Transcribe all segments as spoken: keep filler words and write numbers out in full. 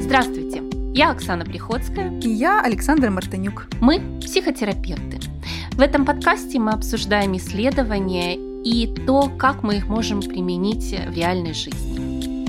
Здравствуйте, я Оксана Приходская. И я Александра Мартынюк. Мы психотерапевты. В этом подкасте мы обсуждаем исследования и то, как мы их можем применить в реальной жизни.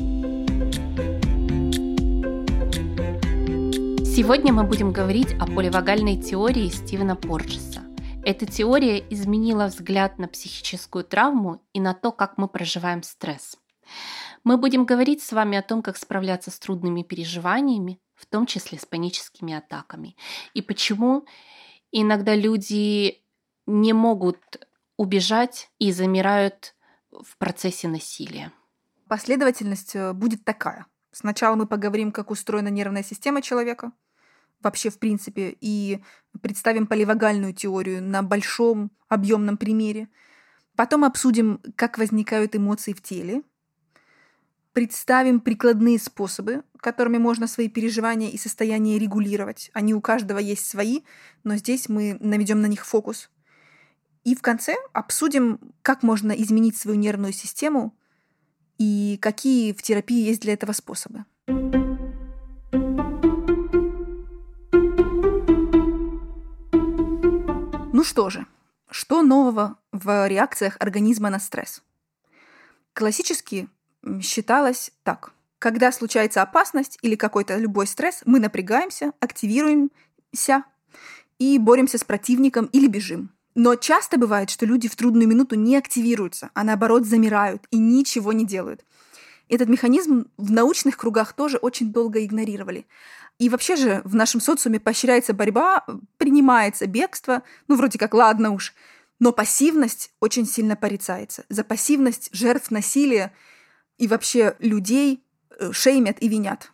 Сегодня мы будем говорить о поливагальной теории Стивена Порджеса. Эта теория изменила взгляд на психическую травму и на то, как мы проживаем стресс. Мы будем говорить с вами о том, как справляться с трудными переживаниями, в том числе с паническими атаками, и почему иногда люди не могут убежать и замирают в процессе насилия. Последовательность будет такая. Сначала мы поговорим, как устроена нервная система человека, вообще в принципе, и представим поливагальную теорию на большом объемном примере. Потом обсудим, как возникают эмоции в теле. Представим прикладные способы, которыми можно свои переживания и состояния регулировать. Они у каждого есть свои, но здесь мы наведем на них фокус. И в конце обсудим, как можно изменить свою нервную систему и какие в терапии есть для этого способы. Ну что же, что нового в реакциях организма на стресс? Классически считалось так. Когда случается опасность или какой-то любой стресс, мы напрягаемся, активируемся и боремся с противником или бежим. Но часто бывает, что люди в трудную минуту не активируются, а наоборот замирают и ничего не делают. Этот механизм в научных кругах тоже очень долго игнорировали. И вообще же в нашем социуме поощряется борьба, принимается бегство, ну вроде как ладно уж, но пассивность очень сильно порицается. За пассивность жертв насилия и вообще людей шеймят и винят.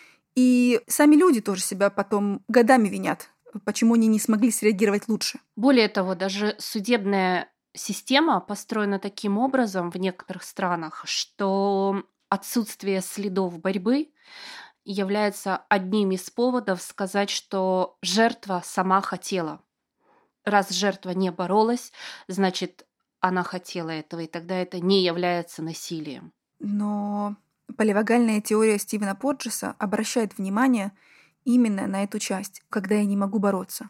И сами люди тоже себя потом годами винят, почему они не смогли среагировать лучше. Более того, даже судебная система построена таким образом в некоторых странах, что отсутствие следов борьбы является одним из поводов сказать, что жертва сама хотела. Раз жертва не боролась, значит, она хотела этого, и тогда это не является насилием. Но поливагальная теория Стивена Порджеса обращает внимание именно на эту часть, когда я не могу бороться.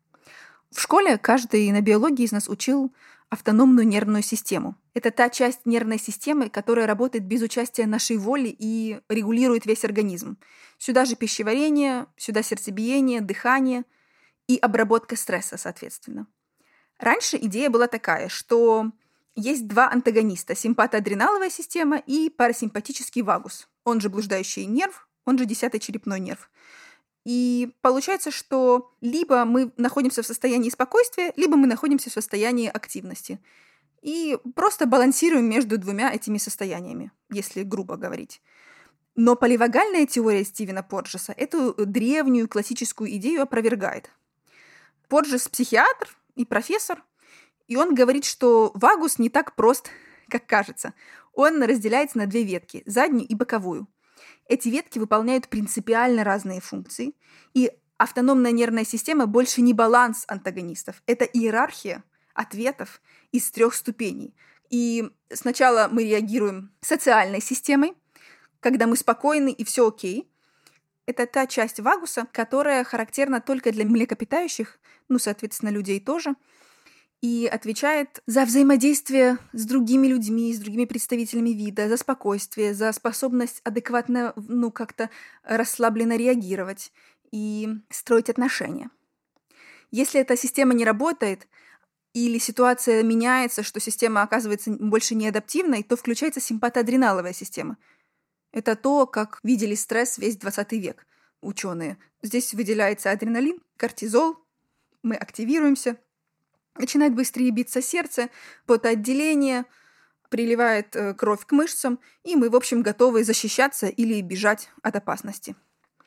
В школе каждый на биологии из нас учил автономную нервную систему. Это та часть нервной системы, которая работает без участия нашей воли и регулирует весь организм. Сюда же пищеварение, сюда сердцебиение, дыхание и обработка стресса, соответственно. Раньше идея была такая, что есть два антагониста – симпатоадреналовая система и парасимпатический вагус, он же блуждающий нерв, он же десятый черепной нерв. И получается, что либо мы находимся в состоянии спокойствия, либо мы находимся в состоянии активности. И просто балансируем между двумя этими состояниями, если грубо говорить. Но поливагальная теория Стивена Порджеса эту древнюю классическую идею опровергает. Порджес – психиатр и профессор, и он говорит, что вагус не так прост, как кажется. Он разделяется на две ветки – заднюю и боковую. Эти ветки выполняют принципиально разные функции, и автономная нервная система больше не баланс антагонистов. Это иерархия ответов из трех ступеней. И сначала мы реагируем социальной системой, когда мы спокойны и все окей. Это та часть вагуса, которая характерна только для млекопитающих, ну, соответственно, людей тоже, и отвечает за взаимодействие с другими людьми, с другими представителями вида, за спокойствие, за способность адекватно, ну, как-то расслабленно реагировать и строить отношения. Если эта система не работает, или ситуация меняется, что система оказывается больше неадаптивной, то включается симпатоадреналовая система. Это то, как видели стресс весь двадцатый век ученые. Здесь выделяется адреналин, кортизол, мы активируемся, начинает быстрее биться сердце, потоотделение, приливает кровь к мышцам, и мы, в общем, готовы защищаться или бежать от опасности.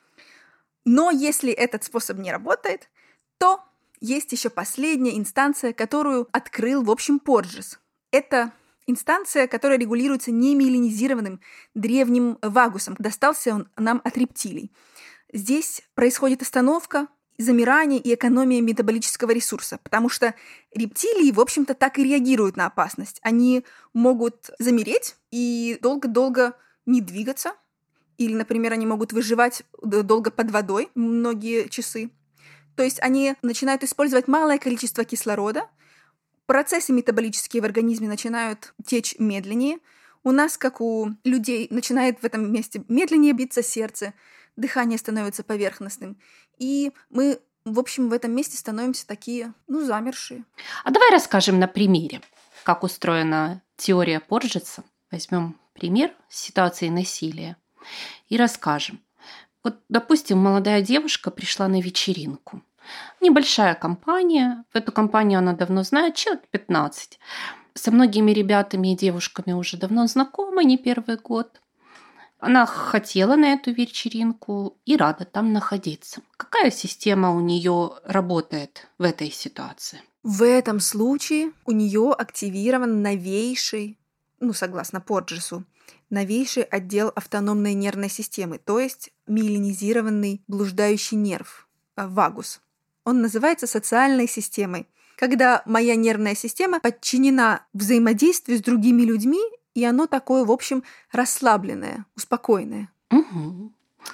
Но если этот способ не работает, то есть еще последняя инстанция, которую открыл, в общем, Порджес. Это инстанция, которая регулируется немиелинизированным древним вагусом. Достался он нам от рептилий. Здесь происходит остановка, замирание и экономия метаболического ресурса, потому что рептилии, в общем-то, так и реагируют на опасность. Они могут замереть и долго-долго не двигаться, или, например, они могут выживать долго под водой, многие часы. То есть они начинают использовать малое количество кислорода, процессы метаболические в организме начинают течь медленнее. У нас, как у людей, начинает в этом месте медленнее биться сердце, дыхание становится поверхностным. И мы, в общем, в этом месте становимся такие, ну, замершие. А давай расскажем на примере, как устроена теория Порджеса. Возьмем пример ситуации насилия и расскажем. Вот, допустим, молодая девушка пришла на вечеринку. Небольшая компания. В эту компанию она давно знает, человек пятнадцать. Со многими ребятами и девушками уже давно знакома, не первый год. Она хотела на эту вечеринку и рада там находиться. Какая система у нее работает в этой ситуации? В этом случае у нее активирован новейший, ну, согласно Порджесу, новейший отдел автономной нервной системы, то есть миелинизированный блуждающий нерв, вагус. Он называется социальной системой, когда моя нервная система подчинена взаимодействию с другими людьми, и оно такое, в общем, расслабленное, успокоенное. Угу.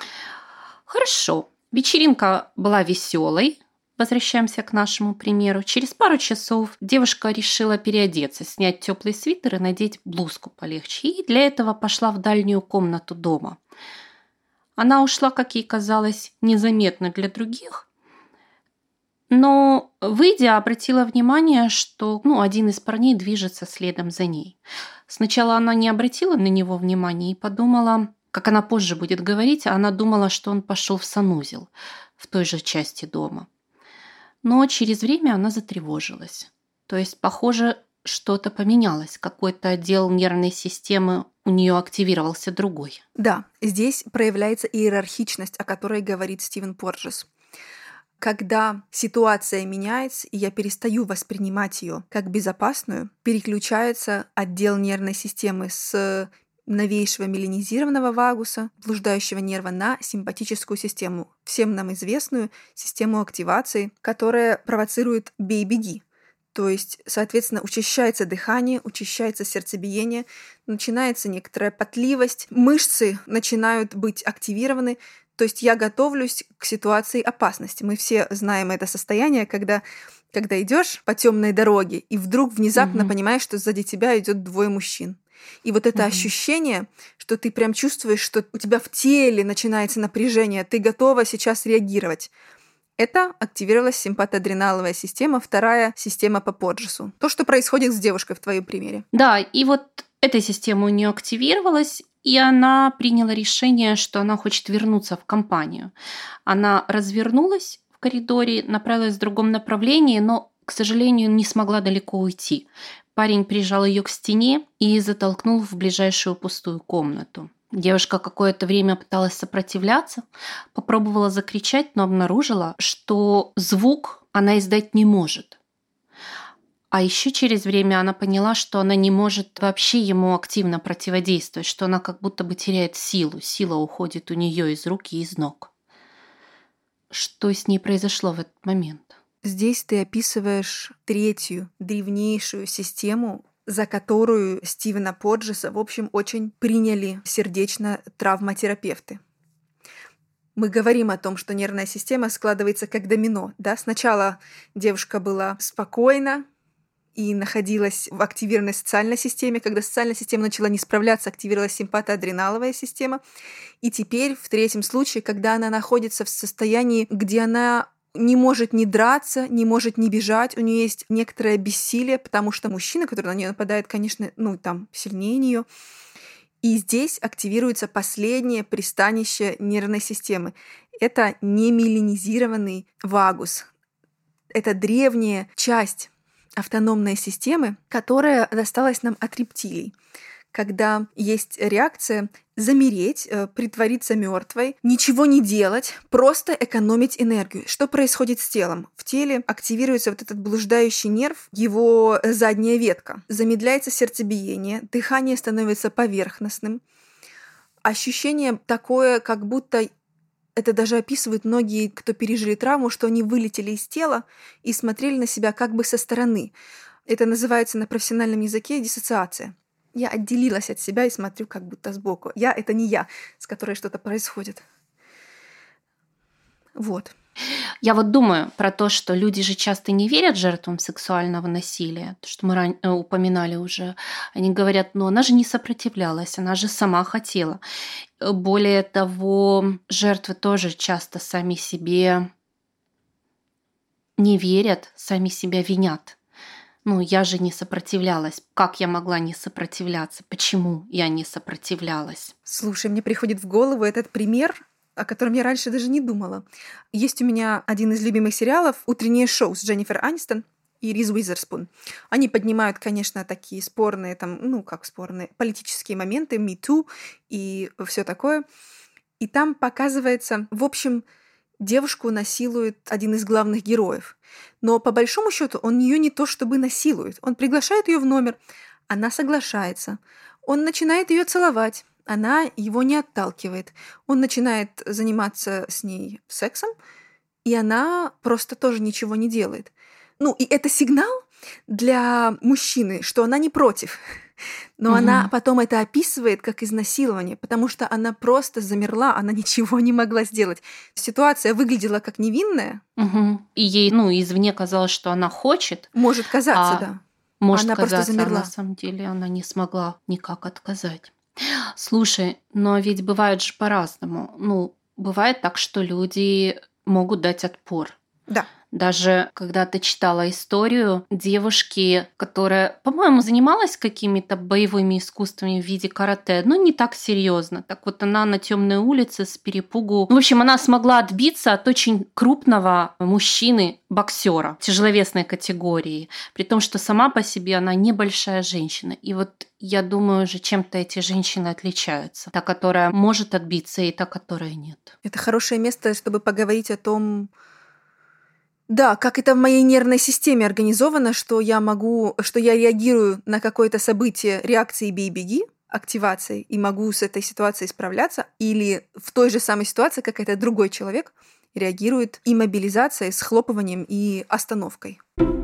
Хорошо. Вечеринка была веселой. Возвращаемся к нашему примеру. Через пару часов девушка решила переодеться, снять теплый свитер и надеть блузку полегче. И для этого пошла в дальнюю комнату дома. Она ушла, как ей казалось, незаметно для других. Но, выйдя, обратила внимание, что ну, один из парней движется следом за ней. Сначала она не обратила на него внимания и подумала, как она позже будет говорить, она думала, что он пошел в санузел в той же части дома. Но через время она затревожилась. То есть, похоже, что-то поменялось. Какой-то отдел нервной системы у нее активировался другой. Да, здесь проявляется иерархичность, о которой говорит Стивен Порджес. Когда ситуация меняется, и я перестаю воспринимать ее как безопасную, переключается отдел нервной системы с новейшего миелинизированного вагуса, блуждающего нерва, на симпатическую систему, всем нам известную систему активации, которая провоцирует «бей-беги». То есть, соответственно, учащается дыхание, учащается сердцебиение, начинается некоторая потливость, мышцы начинают быть активированы. То есть я готовлюсь к ситуации опасности. Мы все знаем это состояние, когда, когда идешь по темной дороге, и вдруг внезапно угу. понимаешь, что сзади тебя идет двое мужчин. И вот это угу. ощущение, что ты прям чувствуешь, что у тебя в теле начинается напряжение, ты готова сейчас реагировать. Это активировалась симпатоадреналовая система, вторая система по Порджесу. То, что происходит с девушкой в твоем примере. Да, и вот эта система у нее активировалась, и она приняла решение, что она хочет вернуться в компанию. Она развернулась в коридоре, направилась в другом направлении, но, к сожалению, не смогла далеко уйти. Парень прижал ее к стене и затолкнул в ближайшую пустую комнату. Девушка какое-то время пыталась сопротивляться, попробовала закричать, но обнаружила, что звук она издать не может. А еще через время она поняла, что она не может вообще ему активно противодействовать, что она как будто бы теряет силу. Сила уходит у нее из рук и из ног. Что с ней произошло в этот момент? Здесь ты описываешь третью, древнейшую систему, за которую Стивена Порджеса, в общем, очень приняли сердечно-травматерапевты. Мы говорим о том, что нервная система складывается как домино. Да? Сначала девушка была спокойна и находилась в активированной социальной системе. Когда социальная система начала не справляться, активировалась симпатоадреналовая система. И теперь, в третьем случае, когда она находится в состоянии, где она не может не драться, не может не бежать, у нее есть некоторое бессилие, потому что мужчина, который на нее нападает, конечно, ну, там, сильнее нее. И здесь активируется последнее пристанище нервной системы. Это немиелинизированный вагус. Это древняя часть автономной системы, которая досталась нам от рептилий. Когда есть реакция замереть, притвориться мертвой, ничего не делать, просто экономить энергию. Что происходит с телом? В теле активируется вот этот блуждающий нерв, его задняя ветка. Замедляется сердцебиение, дыхание становится поверхностным. Ощущение такое, как будто это даже описывают многие, кто пережили травму, что они вылетели из тела и смотрели на себя как бы со стороны. Это называется на профессиональном языке диссоциация. Я отделилась от себя и смотрю как будто сбоку. Я — это не я, с которой что-то происходит. Вот. Я вот думаю про то, что люди же часто не верят жертвам сексуального насилия, то, что мы ран... э, упоминали уже. Они говорят, ну она же не сопротивлялась, она же сама хотела. Э, Более того, жертвы тоже часто сами себе не верят, сами себя винят. Ну, я же не сопротивлялась. Как я могла не сопротивляться? Почему я не сопротивлялась? Слушай, мне приходит в голову этот пример, о котором я раньше даже не думала. Есть у меня один из любимых сериалов «Утреннее шоу» с Дженнифер Анистон и Риз Уизерспун. Они поднимают, конечно, такие спорные, там, ну, как спорные, политические моменты, Me Too и все такое. И там показывается, в общем, девушку насилует один из главных героев. Но по большому счету он ее не то чтобы насилует. Он приглашает ее в номер, она соглашается. Он начинает ее целовать, она его не отталкивает. Он начинает заниматься с ней сексом, и она просто тоже ничего не делает. Ну, и это сигнал для мужчины, что она не против. Но Мгм. она потом это описывает как изнасилование, потому что она просто замерла, она ничего не могла сделать. Ситуация выглядела как невинная, Мгм. И ей, ну, извне казалось, что она хочет, может казаться, а да. может Она просто казаться, а на замерла. самом деле она не смогла никак отказать. Слушай, но ведь бывает же по-разному. Ну, бывает так, что люди могут дать отпор. Да. Даже когда-то читала историю девушки, которая, по-моему, занималась какими-то боевыми искусствами в виде карате, но не так серьезно. Так вот она на темной улице с перепугу. Ну, в общем, она смогла отбиться от очень крупного мужчины, боксера тяжеловесной категории, при том, что сама по себе она небольшая женщина. И вот я думаю же, чем-то эти женщины отличаются. Та, которая может отбиться, и та, которая нет. Это хорошее место, чтобы поговорить о том, да, как это в моей нервной системе организовано, что я могу, что я реагирую на какое-то событие реакцией «бей-беги», активацией, и могу с этой ситуацией справляться, или в той же самой ситуации какой-то другой человек реагирует иммобилизацией, схлопыванием и остановкой.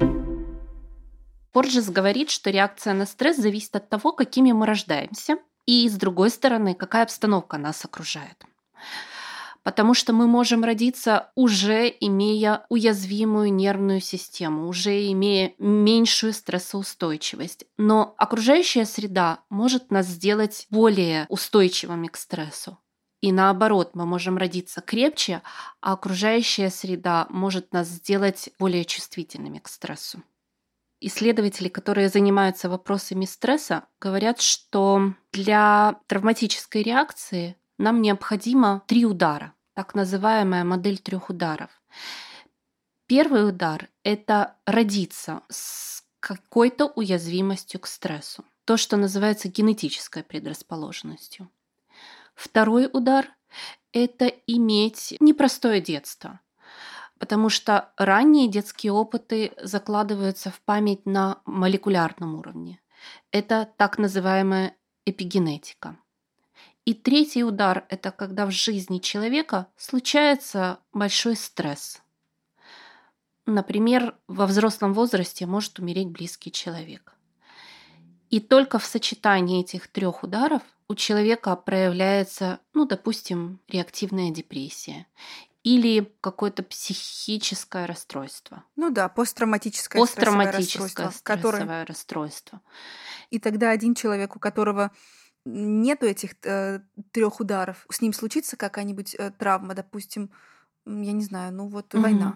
Порджес говорит, что реакция на стресс зависит от того, какими мы рождаемся, и, с другой стороны, какая обстановка нас окружает. Потому что мы можем родиться, уже имея уязвимую нервную систему, уже имея меньшую стрессоустойчивость. Но окружающая среда может нас сделать более устойчивыми к стрессу. И наоборот, мы можем родиться крепче, а окружающая среда может нас сделать более чувствительными к стрессу. Исследователи, которые занимаются вопросами стресса, говорят, что для травматической реакции нам необходимо три удара, так называемая модель трех ударов. Первый удар – это родиться с какой-то уязвимостью к стрессу, то, что называется генетической предрасположенностью. Второй удар – это иметь непростое детство, потому что ранние детские опыты закладываются в память на молекулярном уровне. Это так называемая эпигенетика. И третий удар – это когда в жизни человека случается большой стресс. Например, во взрослом возрасте может умереть близкий человек. И только в сочетании этих трех ударов у человека проявляется, ну, допустим, реактивная депрессия или какое-то психическое расстройство. Ну да, посттравматическое стрессовое Посттравматическое расстройство, стрессовое которое... расстройство. И тогда один человек, у которого нету этих э, трех ударов, с ним случится какая-нибудь э, травма, допустим, м, я не знаю, ну вот Мгм. война.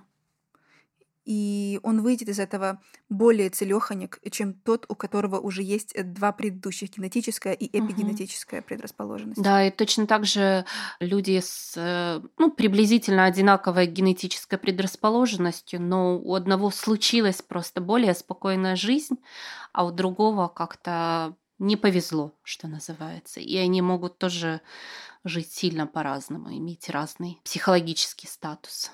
И он выйдет из этого более целёхонек, чем тот, у которого уже есть э, два предыдущих: генетическая и Мгм. эпигенетическая предрасположенность. Да, и точно так же люди с э, ну, приблизительно одинаковой генетической предрасположенностью, но у одного случилась просто более спокойная жизнь, а у другого как-то не повезло, что называется. И они могут тоже жить сильно по-разному, иметь разный психологический статус.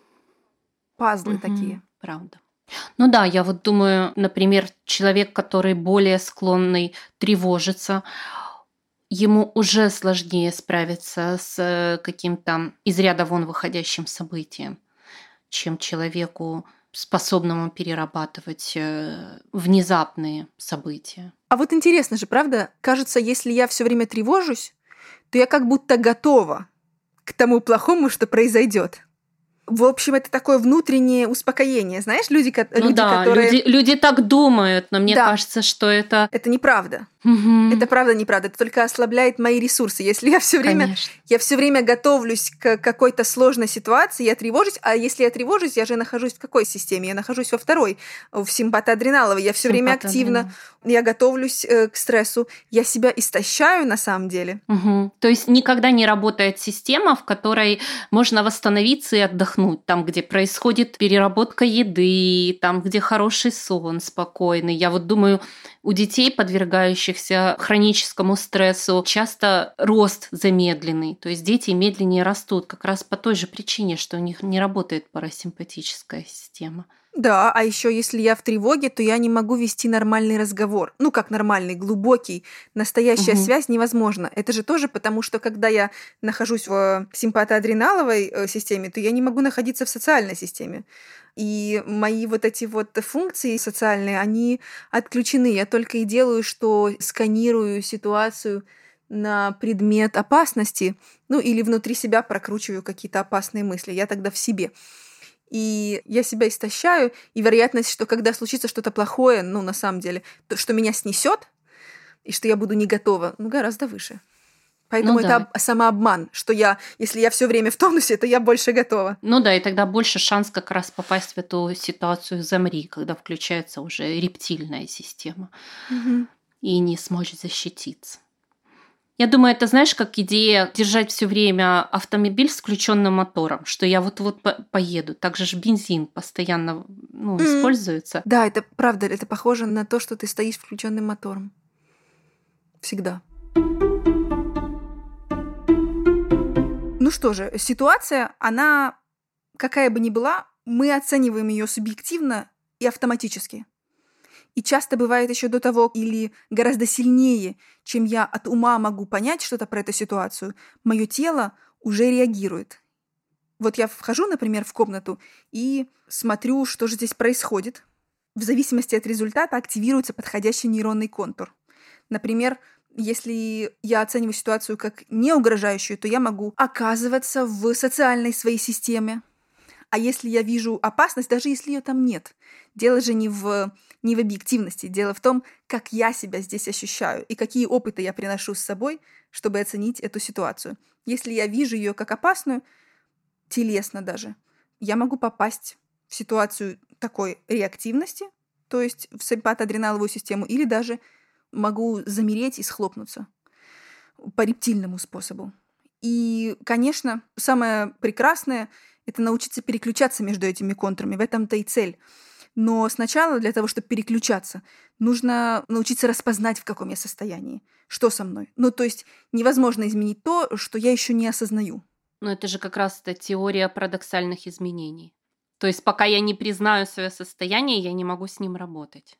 Пазлы Мгм. такие. Правда. Ну да, я вот думаю, например, человек, который более склонный тревожиться, ему уже сложнее справиться с э, каким-то из ряда вон выходящим событием, чем человеку способному перерабатывать э, внезапные события. А вот интересно же, правда? Кажется, если я все время тревожусь, то я как будто готова к тому плохому, что произойдет. В общем, это такое внутреннее успокоение. Знаешь, люди, Ну люди да, которые... люди, люди так думают, но мне Да. кажется, что это... Это неправда. Угу. Это правда неправда. Это только ослабляет мои ресурсы. Если я все время, Конечно. я все время готовлюсь к какой-то сложной ситуации, я тревожусь. А если я тревожусь, я же нахожусь в какой системе? Я нахожусь во второй, в симпатоадреналовой. Я все время активна. Я готовлюсь э, к стрессу. Я себя истощаю на самом деле. Угу. То есть никогда не работает система, в которой можно восстановиться и отдохнуть. Там, где происходит переработка еды, там, где хороший сон, спокойный. Я вот думаю, у детей, подвергающихся хроническому стрессу, часто рост замедленный. То есть дети медленнее растут как раз по той же причине, что у них не работает парасимпатическая система. Да, а еще если я в тревоге, то я не могу вести нормальный разговор. Ну, как нормальный, глубокий, настоящая Угу. связь невозможна. Это же тоже потому, что когда я нахожусь в симпатоадреналовой системе, то я не могу находиться в социальной системе. И мои вот эти вот функции социальные, они отключены. Я только и делаю, что сканирую ситуацию на предмет опасности, ну или внутри себя прокручиваю какие-то опасные мысли. Я тогда в себе. И я себя истощаю, и вероятность, что когда случится что-то плохое, ну, на самом деле, то, что меня снесет, и что я буду не готова, ну, гораздо выше. Поэтому Ну, это да. об- самообман, что я, если я все время в тонусе, то я больше готова. Ну да, и тогда больше шанс как раз попасть в эту ситуацию замри, когда включается уже рептильная система, Угу. и не смочь защититься. Я думаю, это, знаешь, как идея держать все время автомобиль с включенным мотором, что я вот-вот по- поеду. Также же бензин постоянно ну, Мгм. используется. Да, это правда, это похоже на то, что ты стоишь включенным мотором. Всегда. Ну что же, ситуация, она, какая бы ни была, мы оцениваем ее субъективно и автоматически. И часто бывает еще до того, или гораздо сильнее, чем я от ума могу понять что-то про эту ситуацию, мое тело уже реагирует. Вот я вхожу, например, в комнату и смотрю, что же здесь происходит. В зависимости от результата активируется подходящий нейронный контур. Например, если я оцениваю ситуацию как неугрожающую, то я могу оказываться в социальной своей системе. А если я вижу опасность, даже если ее там нет, дело же не в, не в объективности, дело в том, как я себя здесь ощущаю и какие опыты я приношу с собой, чтобы оценить эту ситуацию. Если я вижу ее как опасную, телесно даже, я могу попасть в ситуацию такой реактивности, то есть в симпатоадреналовую систему, или даже могу замереть и схлопнуться по рептильному способу. И, конечно, самое прекрасное — это научиться переключаться между этими контурами. В этом-то и цель. Но сначала для того, чтобы переключаться, нужно научиться распознать, в каком я состоянии, что со мной. Ну, то есть невозможно изменить то, что я еще не осознаю. Но это же как раз эта теория парадоксальных изменений. То есть пока я не признаю свое состояние, я не могу с ним работать.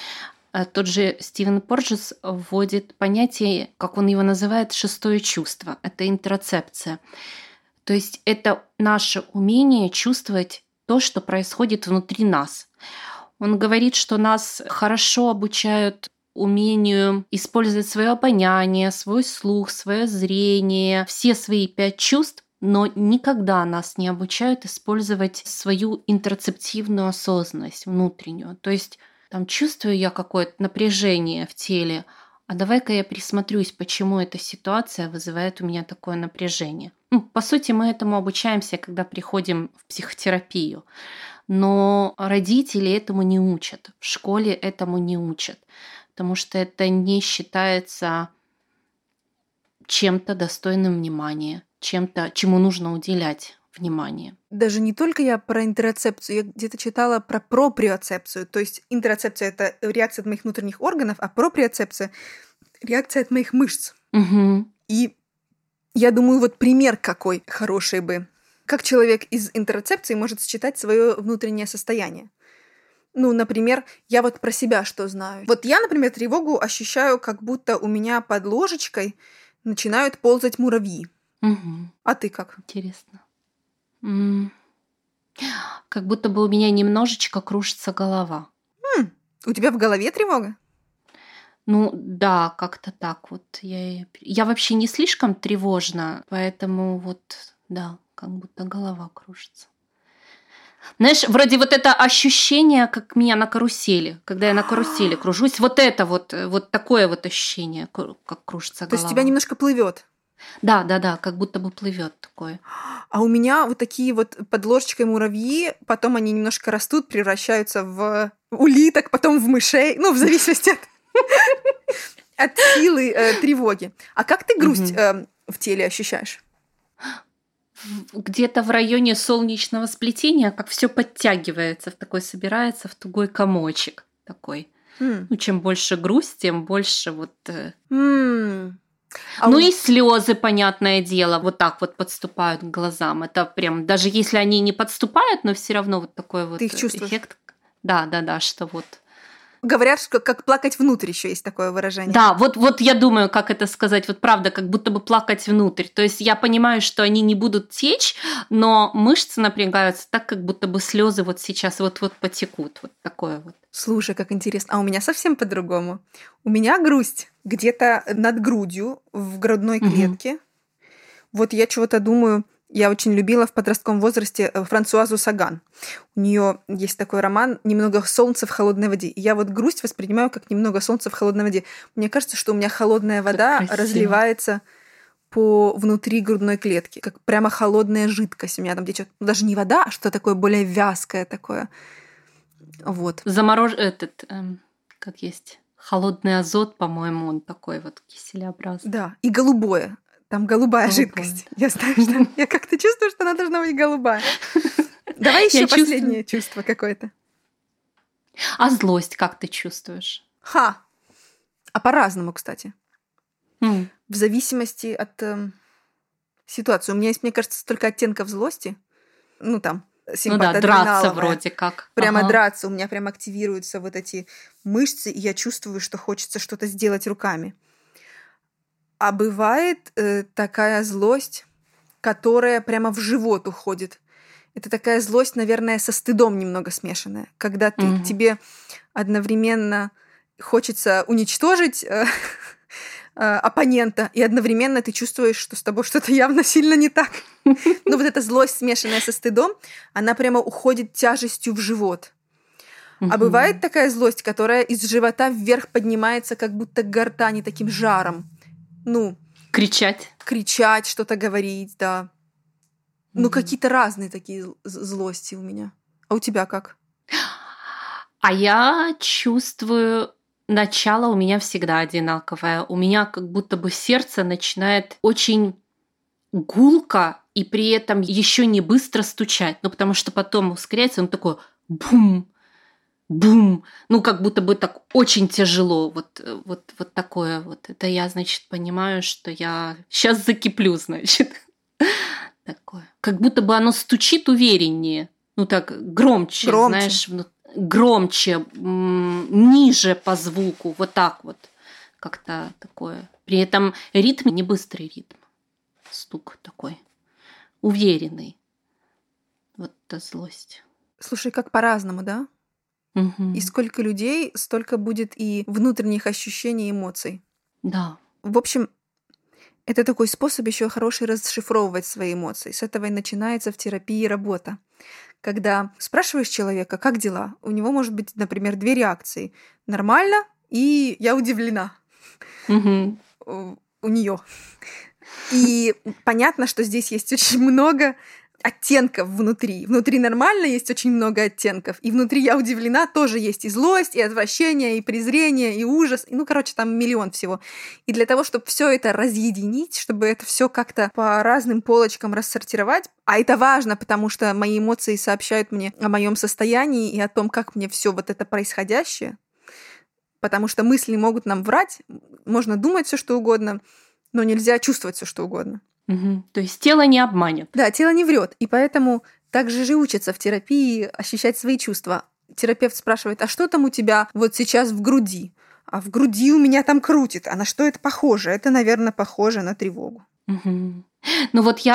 Тот же Стивен Порджес вводит понятие, как он его называет, шестое чувство. Это интерцепция. То есть это наше умение чувствовать то, что происходит внутри нас. Он говорит, что нас хорошо обучают умению использовать свое обоняние, свой слух, свое зрение, все свои пять чувств, но никогда нас не обучают использовать свою интерцептивную осознанность внутреннюю. То есть там чувствую я какое-то напряжение в теле, а давай-ка я присмотрюсь, почему эта ситуация вызывает у меня такое напряжение. Ну, по сути, мы этому обучаемся, когда приходим в психотерапию. Но родители этому не учат, в школе этому не учат, потому что это не считается чем-то достойным внимания, чем-то, чему нужно уделять внимание. Даже не только я про интерцепцию, я где-то читала про проприоцепцию. То есть интерцепция — это реакция от моих внутренних органов, а проприоцепция — реакция от моих мышц. Угу. И я думаю, вот пример какой хороший бы. Как человек из интерцепции может считать свое внутреннее состояние? Ну, например, я вот про себя что знаю. Вот я, например, тревогу ощущаю, как будто у меня под ложечкой начинают ползать муравьи. Угу. А ты как? Интересно. М- Как будто бы у меня немножечко кружится голова. М, у тебя в голове тревога? Ну да, как-то так вот. Я, я вообще не слишком тревожна, поэтому вот, да, как будто голова кружится. Знаешь, вроде вот это ощущение, как меня на карусели, когда я на карусели кружусь, вот это вот, вот такое вот ощущение, как кружится голова. То есть тебя немножко плывет. Да, да, да, как будто бы плывет такое. А у меня вот такие вот под ложечкой муравьи, потом они немножко растут, превращаются в улиток, потом в мышей, ну, в зависимости от, от силы э, тревоги. А как ты грусть э, в теле ощущаешь? Где-то в районе солнечного сплетения, как все подтягивается, в такой собирается в тугой комочек такой. Mm. Ну, чем больше грусть, тем больше вот. Mm. А ну у... и слезы, понятное дело, вот так вот подступают к глазам. Это прям, даже если они не подступают, но все равно вот такой вот Ты их чувствуешь? Эффект. Да, да, да, что вот. Говорят, что как плакать внутрь еще есть такое выражение. Да, вот, вот я думаю, как это сказать, вот правда, как будто бы плакать внутрь. То есть я понимаю, что они не будут течь, но мышцы напрягаются так, как будто бы слезы вот сейчас вот-вот потекут. Вот такое вот. Слушай, как интересно. А у меня совсем по-другому. У меня грусть где-то над грудью, в грудной клетке. Угу. Вот я чего-то думаю... Я очень любила в подростковом возрасте Франсуазу Саган. У нее есть такой роман «Немного солнца в холодной воде». И я вот грусть воспринимаю как «Немного солнца в холодной воде». Мне кажется, что у меня холодная вода разливается по внутри грудной клетки, как прямо холодная жидкость. У меня там течет даже не вода, а что такое более вязкое такое. Вот. Заморож... Этот, эм, как есть, холодный азот, по-моему, он такой вот киселеобразный. Да, и голубое. Там голубая голубое. Жидкость. Я знаю, что я как-то чувствую, что она должна быть голубая. Давай еще последнее чувство какое-то. А злость как ты чувствуешь? Ха! А по-разному, кстати. Mm. В зависимости от э, ситуации. У меня есть, мне кажется, столько оттенков злости. Ну, там, симпатоадреналовая. Ну да, драться вроде как. Прямо ага. драться. У меня прям активируются вот эти мышцы, и я чувствую, что хочется что-то сделать руками. А бывает э, такая злость, которая прямо в живот уходит. Это такая злость, наверное, со стыдом немного смешанная. Когда ты, mm-hmm. тебе одновременно хочется уничтожить э, э, оппонента, и одновременно ты чувствуешь, что с тобой что-то явно сильно не так. Но вот эта злость, смешанная со стыдом, она прямо уходит тяжестью в живот. Mm-hmm. А бывает такая злость, которая из живота вверх поднимается, как будто к гортани таким жаром. Ну, кричать. Кричать, что-то говорить, да. Mm-hmm. Ну, какие-то разные такие злости у меня. А у тебя как? А я чувствую, начало у меня всегда одинаковое. У меня как будто бы сердце начинает очень гулко и при этом еще не быстро стучать. Ну, потому что потом ускоряется, он такой бум, бум, ну, как будто бы так очень тяжело, вот, вот, вот такое вот. Это я, значит, понимаю, что я сейчас закиплю, значит. Такое. Как будто бы оно стучит увереннее, ну, так, громче, громче. знаешь, громче, м- ниже по звуку, вот так вот, как-то такое. При этом ритм не быстрый ритм, стук такой, уверенный. Вот эта злость. Слушай, как по-разному, да? Угу. И сколько людей, столько будет и внутренних ощущений, эмоций. Да. В общем, это такой способ еще хороший расшифровывать свои эмоции. С этого и начинается в терапии работа. Когда спрашиваешь человека, как дела, у него может быть, например, две реакции. Нормально и я удивлена. Угу. У, у нее. И понятно, что здесь есть очень много оттенков внутри. Внутри нормально есть очень много оттенков. И внутри я удивлена тоже есть и злость, и отвращение, и презрение, и ужас. И, ну, короче, там миллион всего. И для того, чтобы все это разъединить, чтобы это все как-то по разным полочкам рассортировать, а это важно, потому что мои эмоции сообщают мне о моем состоянии и о том, как мне все вот это происходящее. Потому что мысли могут нам врать, можно думать все что угодно, но нельзя чувствовать все что угодно. Угу. То есть тело не обманет. Да, тело не врет. И поэтому также же учатся в терапии ощущать свои чувства. Терапевт спрашивает, а что там у тебя вот сейчас в груди? А в груди у меня там крутит. А на что это похоже? Это, наверное, похоже на тревогу. Угу. Ну вот я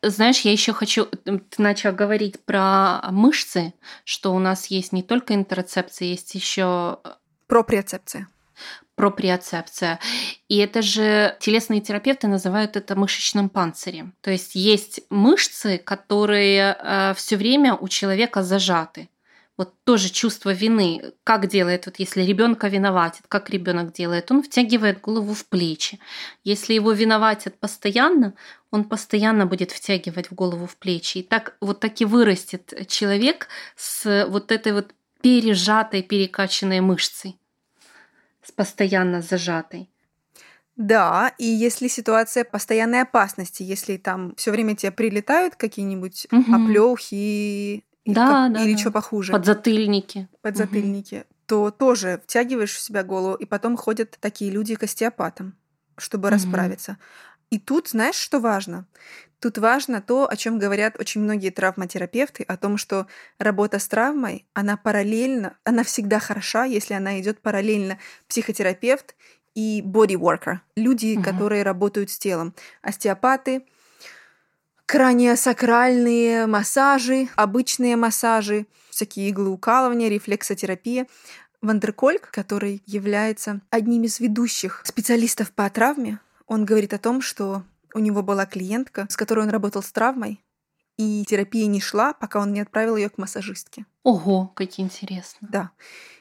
знаешь, я еще хочу... Ты начал говорить про мышцы, что у нас есть не только интерцепция, есть еще Проприоцепция. проприоцепция. И это же телесные терапевты называют это мышечным панцирем. То есть есть мышцы, которые э, все время у человека зажаты. Вот тоже чувство вины. Как делает, вот если ребенка виноватит, как ребенок делает? Он втягивает голову в плечи. Если его виноватят постоянно, он постоянно будет втягивать в голову в плечи. И так вот так и вырастет человек с вот этой вот пережатой, перекачанной мышцей, с постоянно зажатой. Да, и если ситуация постоянной опасности, если там все время тебе прилетают какие-нибудь Угу. оплеухи Да, как, да, или да. что похуже, Подзатыльники. подзатыльники, угу. то тоже втягиваешь в себя голову, и потом ходят такие люди к остеопатам, чтобы угу. расправиться. И тут, знаешь, что важно? Тут важно то, о чем говорят очень многие травматерапевты, о том, что работа с травмой, она параллельно, она всегда хороша, если она идет параллельно психотерапевт и bodyworker, люди, угу. которые работают с телом. Остеопаты, краниосакральные массажи, обычные массажи, всякие иглоукалывания, рефлексотерапия. Ван дер Кольк, который является одним из ведущих специалистов по травме, он говорит о том, что у него была клиентка, с которой он работал с травмой, и терапия не шла, пока он не отправил ее к массажистке. Ого, как интересно. Да.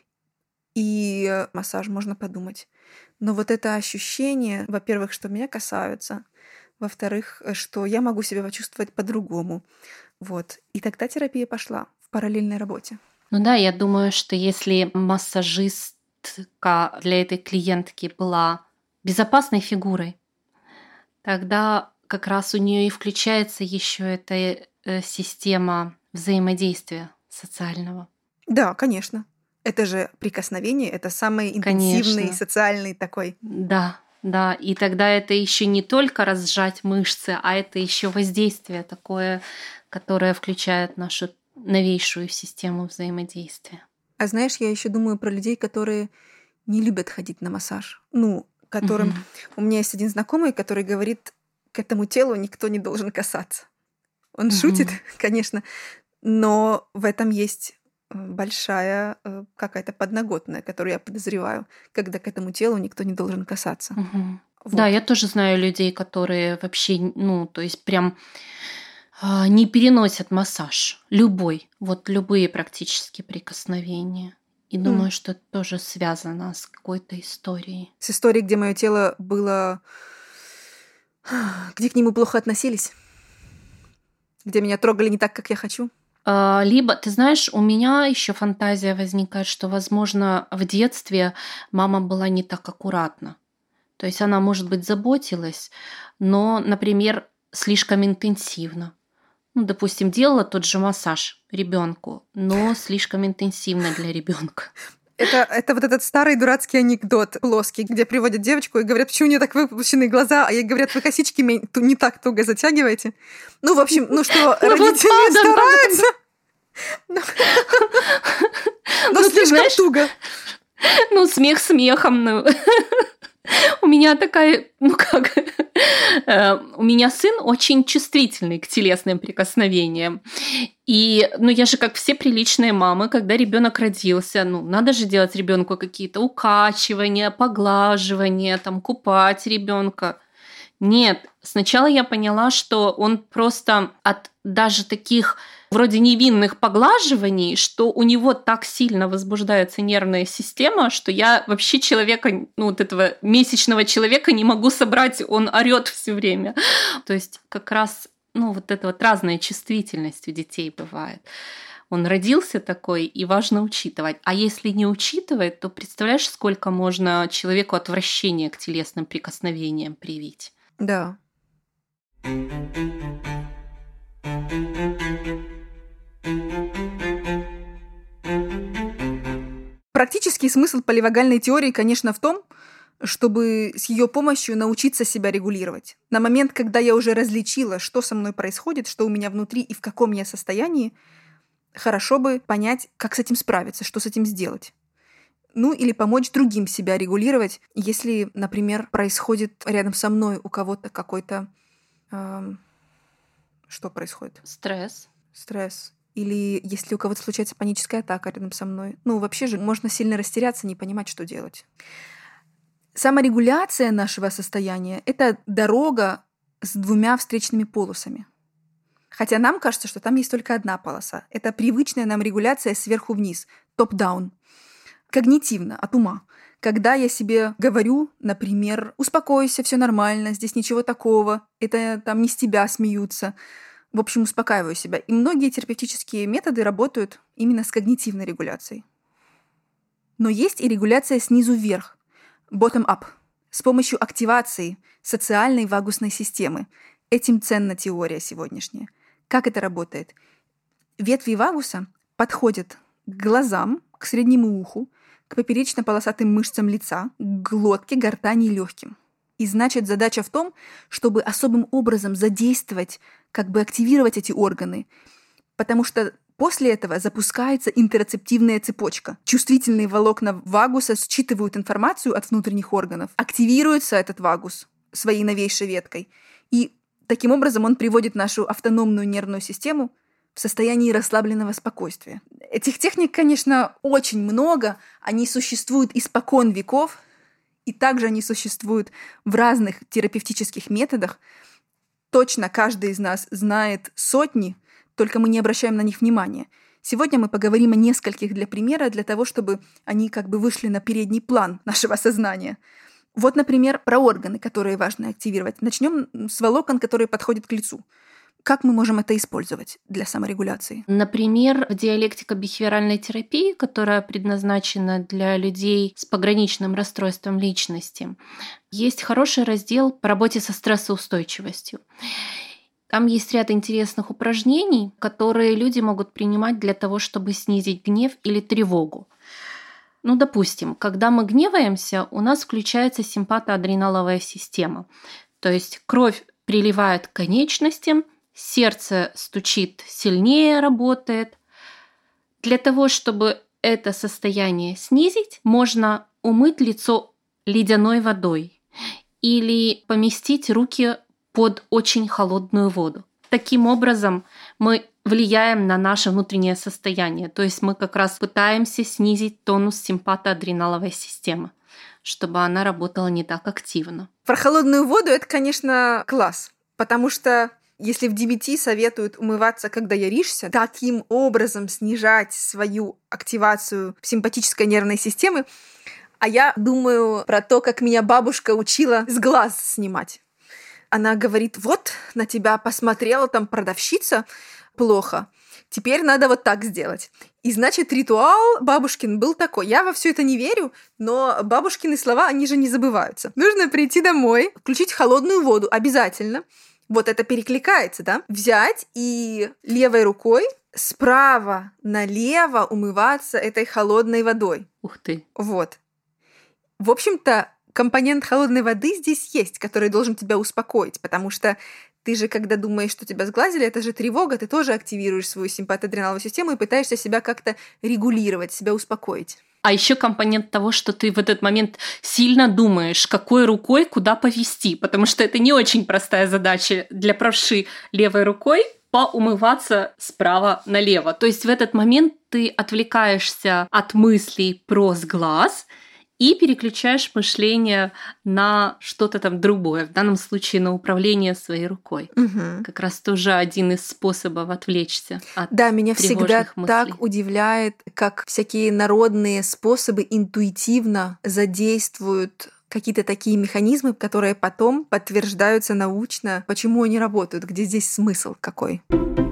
И массаж, можно подумать. Но вот это ощущение, во-первых, что меня касаются, во-вторых, что я могу себя почувствовать по-другому. Вот. И тогда терапия пошла в параллельной работе. Ну да, я думаю, что если массажистка для этой клиентки была безопасной фигурой, тогда как раз у нее и включается еще эта система взаимодействия социального. Да, конечно. Это же прикосновение, это самый интенсивный Конечно. социальный такой. Да, да. И тогда это еще не только разжать мышцы, а это еще воздействие такое, которое включает нашу новейшую систему взаимодействия. А знаешь, я еще думаю про людей, которые не любят ходить на массаж. Ну, которым... Угу. У меня есть один знакомый, который говорит, к этому телу никто не должен касаться. Он угу. шутит, конечно, но в этом есть большая какая-то подноготная, которую я подозреваю, когда к этому телу никто не должен касаться. Угу. Вот. Да, я тоже знаю людей, которые вообще, ну, то есть прям э, не переносят массаж. Любой, вот любые практически прикосновения. И думаю, mm. что это тоже связано с какой-то историей. С историей, где мое тело было... Где к нему плохо относились? Где меня трогали не так, как я хочу? Либо, ты знаешь, у меня еще фантазия возникает, что, возможно, в детстве мама была не так аккуратна. То есть она, может быть, заботилась, но, например, слишком интенсивно. Ну, допустим, делала тот же массаж ребенку, но слишком интенсивно для ребенка. Это, это вот этот старый дурацкий анекдот плоский, где приводят девочку и говорят, почему у нее так выпущены глаза, а ей говорят, вы косички не так туго затягиваете. Ну, в общем, ну что, родители стараются, но слишком туго. Ну, смех смехом, ну... У меня такая, ну как, у меня сын очень чувствительный к телесным прикосновениям. И, ну я же как все приличные мамы, когда ребенок родился, ну надо же делать ребенку какие-то укачивания, поглаживания, там купать ребенка. Нет, сначала я поняла, что он просто от даже таких вроде невинных поглаживаний, что у него так сильно возбуждается нервная система, что я вообще человека, ну вот этого месячного человека не могу собрать, он орёт все время. То есть как раз, ну вот эта вот разная чувствительность у детей бывает. Он родился такой, и важно учитывать. А если не учитывать, то представляешь, сколько можно человеку отвращения к телесным прикосновениям привить? Да. Практический смысл поливагальной теории, конечно, в том, чтобы с ее помощью научиться себя регулировать. На момент, когда я уже различила, что со мной происходит, что у меня внутри и в каком я состоянии, хорошо бы понять, как с этим справиться, что с этим сделать. Ну, или помочь другим себя регулировать, если, например, происходит рядом со мной у кого-то какой-то э, что происходит? Стресс. Стресс. Или если у кого-то случается паническая атака рядом со мной. Ну, вообще же можно сильно растеряться, не понимать, что делать. Саморегуляция нашего состояния — это дорога с двумя встречными полосами. Хотя нам кажется, что там есть только одна полоса. Это привычная нам регуляция сверху вниз, топ-даун. Когнитивно, от ума. Когда я себе говорю, например, успокойся, все нормально, здесь ничего такого, это там не с тебя смеются. В общем, успокаиваю себя. И многие терапевтические методы работают именно с когнитивной регуляцией. Но есть и регуляция снизу вверх, bottom-up, с помощью активации социальной вагусной системы. Этим ценна теория сегодняшняя. Как это работает? Ветви вагуса подходят к глазам, к среднему уху, к поперечно-полосатым мышцам лица, к глотке, гортани и легким. И значит, задача в том, чтобы особым образом задействовать, как бы активировать эти органы, потому что после этого запускается интероцептивная цепочка. Чувствительные волокна вагуса считывают информацию от внутренних органов, активируется этот вагус своей новейшей веткой, и таким образом он приводит нашу автономную нервную систему в состоянии расслабленного спокойствия. Этих техник, конечно, очень много, они существуют испокон веков, и также они существуют в разных терапевтических методах. Точно каждый из нас знает сотни, только мы не обращаем на них внимания. Сегодня мы поговорим о нескольких для примера, для того, чтобы они как бы вышли на передний план нашего сознания. Вот, например, про органы, которые важно активировать. Начнем с волокон, которые подходят к лицу. Как мы можем это использовать для саморегуляции? Например, в диалектико-бихевиоральной терапии, которая предназначена для людей с пограничным расстройством личности, есть хороший раздел по работе со стрессоустойчивостью. Там есть ряд интересных упражнений, которые люди могут принимать для того, чтобы снизить гнев или тревогу. Ну, допустим, когда мы гневаемся, у нас включается симпатоадреналовая система. То есть кровь приливает к конечностям, сердце стучит сильнее, работает. Для того, чтобы это состояние снизить, можно умыть лицо ледяной водой или поместить руки под очень холодную воду. Таким образом, мы влияем на наше внутреннее состояние. То есть мы как раз пытаемся снизить тонус симпатоадреналовой системы, чтобы она работала не так активно. Про холодную воду это, конечно, класс, потому что если в ди би ти советуют умываться, когда яришься, таким образом снижать свою активацию симпатической нервной системы, а я думаю про то, как меня бабушка учила с глаз снимать. Она говорит, вот, на тебя посмотрела там продавщица плохо, теперь надо вот так сделать. И значит, ритуал бабушкин был такой. Я во все это не верю, но бабушкины слова, они же не забываются. Нужно прийти домой, включить холодную воду обязательно. Вот это перекликается, да? Взять и левой рукой справа налево умываться этой холодной водой. Ух ты. Вот. В общем-то, компонент холодной воды здесь есть, который должен тебя успокоить, потому что ты же, когда думаешь, что тебя сглазили, это же тревога, ты тоже активируешь свою симпатоадреналовую систему и пытаешься себя как-то регулировать, себя успокоить. А еще компонент того, что ты в этот момент сильно думаешь, какой рукой куда повести, потому что это не очень простая задача для правши левой рукой поумываться справа налево. То есть в этот момент ты отвлекаешься от мыслей про сглаз и переключаешь мышление на что-то там другое, в данном случае на управление своей рукой. Угу. Как раз тоже один из способов отвлечься от Да, меня всегда мыслей. Так удивляет, как всякие народные способы интуитивно задействуют какие-то такие механизмы, которые потом подтверждаются научно, почему они работают, где здесь смысл какой.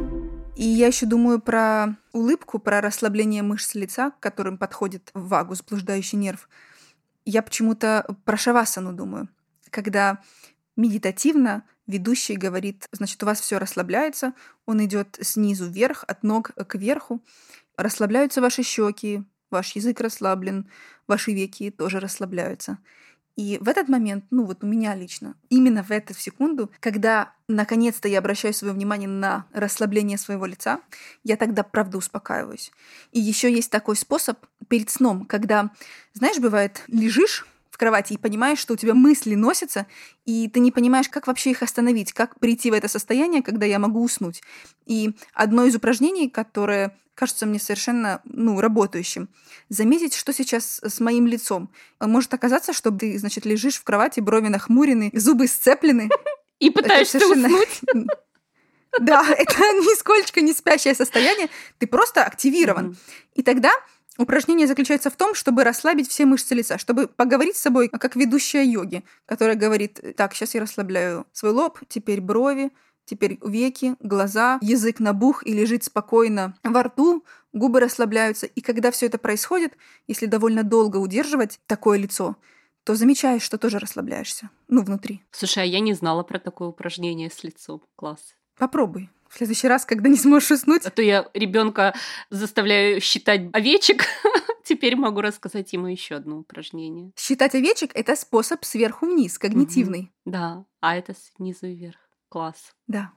И я еще думаю про улыбку, про расслабление мышц лица, к которым подходит вагус, блуждающий нерв. Я почему-то про шавасану думаю, когда медитативно ведущий говорит, значит, у вас все расслабляется, он идет снизу вверх, от ног к верху, расслабляются ваши щеки, ваш язык расслаблен, ваши веки тоже расслабляются. И в этот момент, ну вот у меня лично, именно в эту секунду, когда наконец-то я обращаю свое внимание на расслабление своего лица, я тогда правда успокаиваюсь. И еще есть такой способ перед сном, когда, знаешь, бывает, лежишь в кровати и понимаешь, что у тебя мысли носятся, и ты не понимаешь, как вообще их остановить, как прийти в это состояние, когда я могу уснуть. И одно из упражнений, которое кажется мне совершенно, ну, работающим, заметить, что сейчас с моим лицом. Может оказаться, что ты, значит, лежишь в кровати, брови нахмурены, зубы сцеплены. И пытаешься уснуть. Да, это нисколько не спящее состояние, ты просто активирован. И тогда упражнение заключается в том, чтобы расслабить все мышцы лица, чтобы поговорить с собой, как ведущая йоги, которая говорит: так, сейчас я расслабляю свой лоб, теперь брови, теперь веки, глаза, язык набух и лежит спокойно во рту, губы расслабляются. И когда все это происходит, если довольно долго удерживать такое лицо, то замечаешь, что тоже расслабляешься, ну, внутри. Слушай, а я не знала про такое упражнение с лицом. Класс. Попробуй. В следующий раз, когда не сможешь уснуть. А то я ребенка заставляю считать овечек. Теперь могу рассказать ему еще одно упражнение. Считать овечек – это способ сверху вниз, когнитивный. Угу. Да, а это снизу вверх. Класс. Да.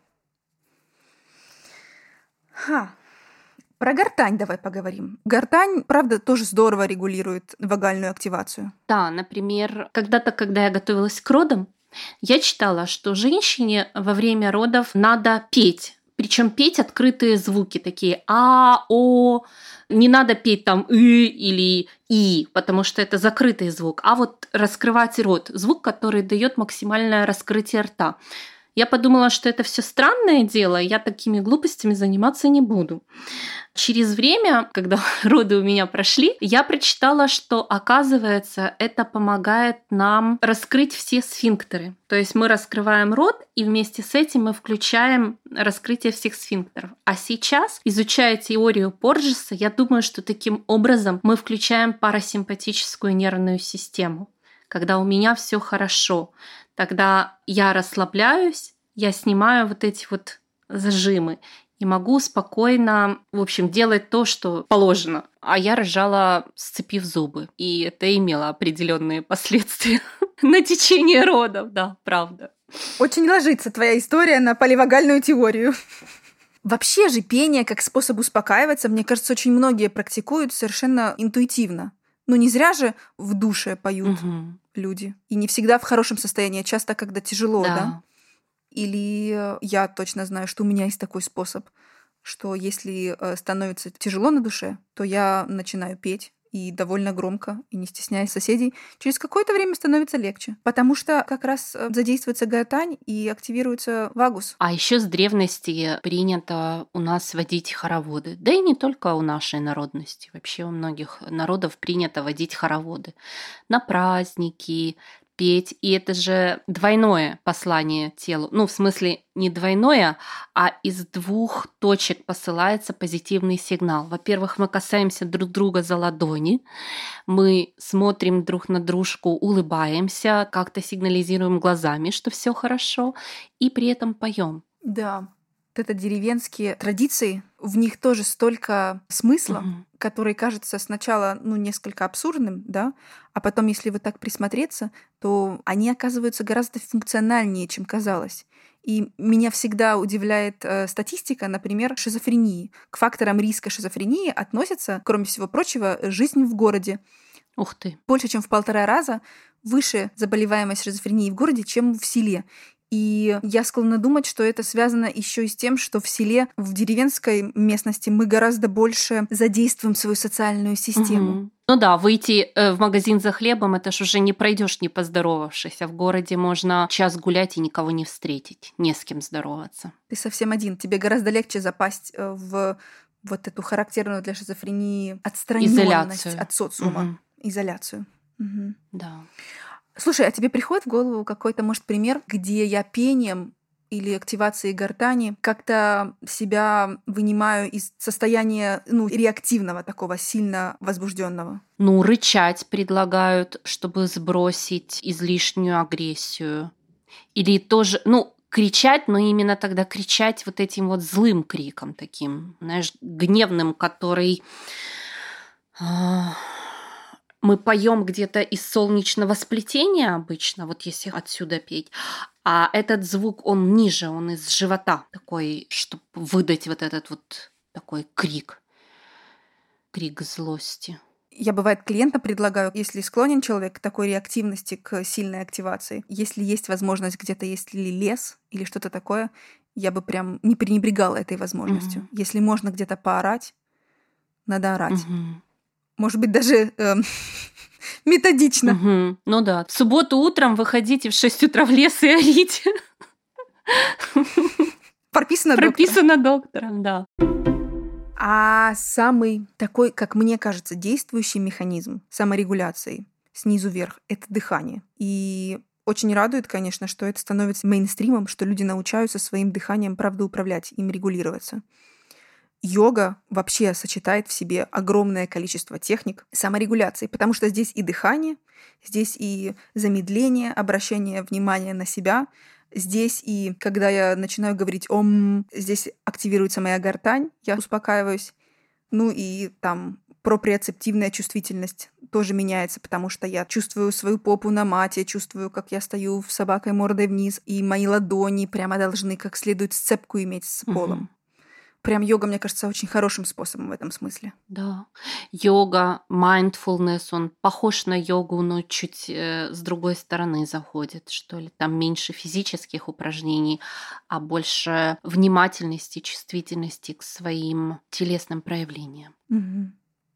Ха. Про гортань давай поговорим. Гортань, правда, тоже здорово регулирует вагальную активацию. Да, например, когда-то, когда я готовилась к родам, я читала, что женщине во время родов надо петь. Причем петь открытые звуки, такие а, о. Не надо петь там и или и, потому что это закрытый звук, а вот раскрывать рот, звук, который дает максимальное раскрытие рта. Я подумала, что это все странное дело, я такими глупостями заниматься не буду. Через время, когда роды у меня прошли, я прочитала, что, оказывается, это помогает нам раскрыть все сфинктеры. То есть мы раскрываем рот, и вместе с этим мы включаем раскрытие всех сфинктеров. А сейчас, изучая теорию Порджеса, я думаю, что таким образом мы включаем парасимпатическую нервную систему. Когда у меня все хорошо, тогда я расслабляюсь, я снимаю вот эти вот зажимы и могу спокойно, в общем, делать то, что положено. А я рожала, сцепив зубы, и это имело определенные последствия на течение родов, да, правда. Очень ложится твоя история на поливагальную теорию. Вообще же пение как способ успокаиваться, мне кажется, очень многие практикуют совершенно интуитивно. Ну, не зря же в душе поют угу. люди. И не всегда в хорошем состоянии, а часто, когда тяжело, да? да? Или я точно знаю, что у меня есть такой способ, что если становится тяжело на душе, то я начинаю петь, и довольно громко, и не стесняясь соседей. Через какое-то время становится легче, потому что как раз задействуется гортань и активируется вагус. А еще с древности принято у нас водить хороводы. Да и не только у нашей народности. Вообще у многих народов принято водить хороводы на праздники, петь, и это же двойное послание телу. Ну, в смысле, не двойное, а из двух точек посылается позитивный сигнал. Во-первых, мы касаемся друг друга за ладони, мы смотрим друг на дружку, улыбаемся, как-то сигнализируем глазами, что все хорошо, и при этом поем. Да. Вот это деревенские традиции, в них тоже столько смысла, угу. который кажется сначала, ну, несколько абсурдным, да, а потом, если вот так присмотреться, то они оказываются гораздо функциональнее, чем казалось. И меня всегда удивляет э, статистика, например, шизофрении. К факторам риска шизофрении относится, кроме всего прочего, жизнь в городе. Ух ты. Больше, чем в полтора раза выше заболеваемость шизофренией в городе, чем в селе. И я склонна думать, что это связано еще и с тем, что в селе, в деревенской местности мы гораздо больше задействуем свою социальную систему. Угу. Ну да, выйти в магазин за хлебом, это ж уже не пройдешь, не поздоровавшись. А в городе можно час гулять и никого не встретить, не с кем здороваться. Ты совсем один. Тебе гораздо легче запасть в вот эту характерную для шизофрении отстраненность от социума. Угу. Изоляцию. Угу. Да. Слушай, а тебе приходит в голову какой-то, может, пример, где я пением или активацией гортани как-то себя вынимаю из состояния, ну, реактивного такого, сильно возбужденного? Ну, рычать предлагают, чтобы сбросить излишнюю агрессию. Или тоже, ну, кричать, но именно тогда кричать вот этим вот злым криком таким, знаешь, гневным, который... Мы поем где-то из солнечного сплетения обычно, вот если отсюда петь, а этот звук, он ниже, он из живота такой, чтобы выдать вот этот вот такой крик, крик злости. Я, бывает, клиентам предлагаю, если склонен человек к такой реактивности, к сильной активации, если есть возможность где-то, есть ли лес или что-то такое, я бы прям не пренебрегала этой возможностью. Мгм. Если можно где-то поорать, надо орать. Мгм. Может быть, даже эм, методично. Мгм. Ну да. В субботу утром выходите в шесть утра в лес и орите. Прописано доктором. Прописано доктором, да. А самый такой, как мне кажется, действующий механизм саморегуляции снизу вверх — это дыхание. И очень радует, конечно, что это становится мейнстримом, что люди научаются своим дыханием, правда, управлять, им регулироваться. Йога вообще сочетает в себе огромное количество техник саморегуляции, потому что здесь и дыхание, здесь и замедление, обращение внимания на себя, здесь и когда я начинаю говорить «ом», здесь активируется моя гортань, я успокаиваюсь. Ну и там проприоцептивная чувствительность тоже меняется, потому что я чувствую свою попу на мате, чувствую, как я стою с собакой мордой вниз, и мои ладони прямо должны как следует сцепку иметь с полом. Мгм. Прям йога, мне кажется, очень хорошим способом в этом смысле. Да. Йога, mindfulness, он похож на йогу, но чуть э, с другой стороны заходит, что ли. Там меньше физических упражнений, а больше внимательности, чувствительности к своим телесным проявлениям. Мгм.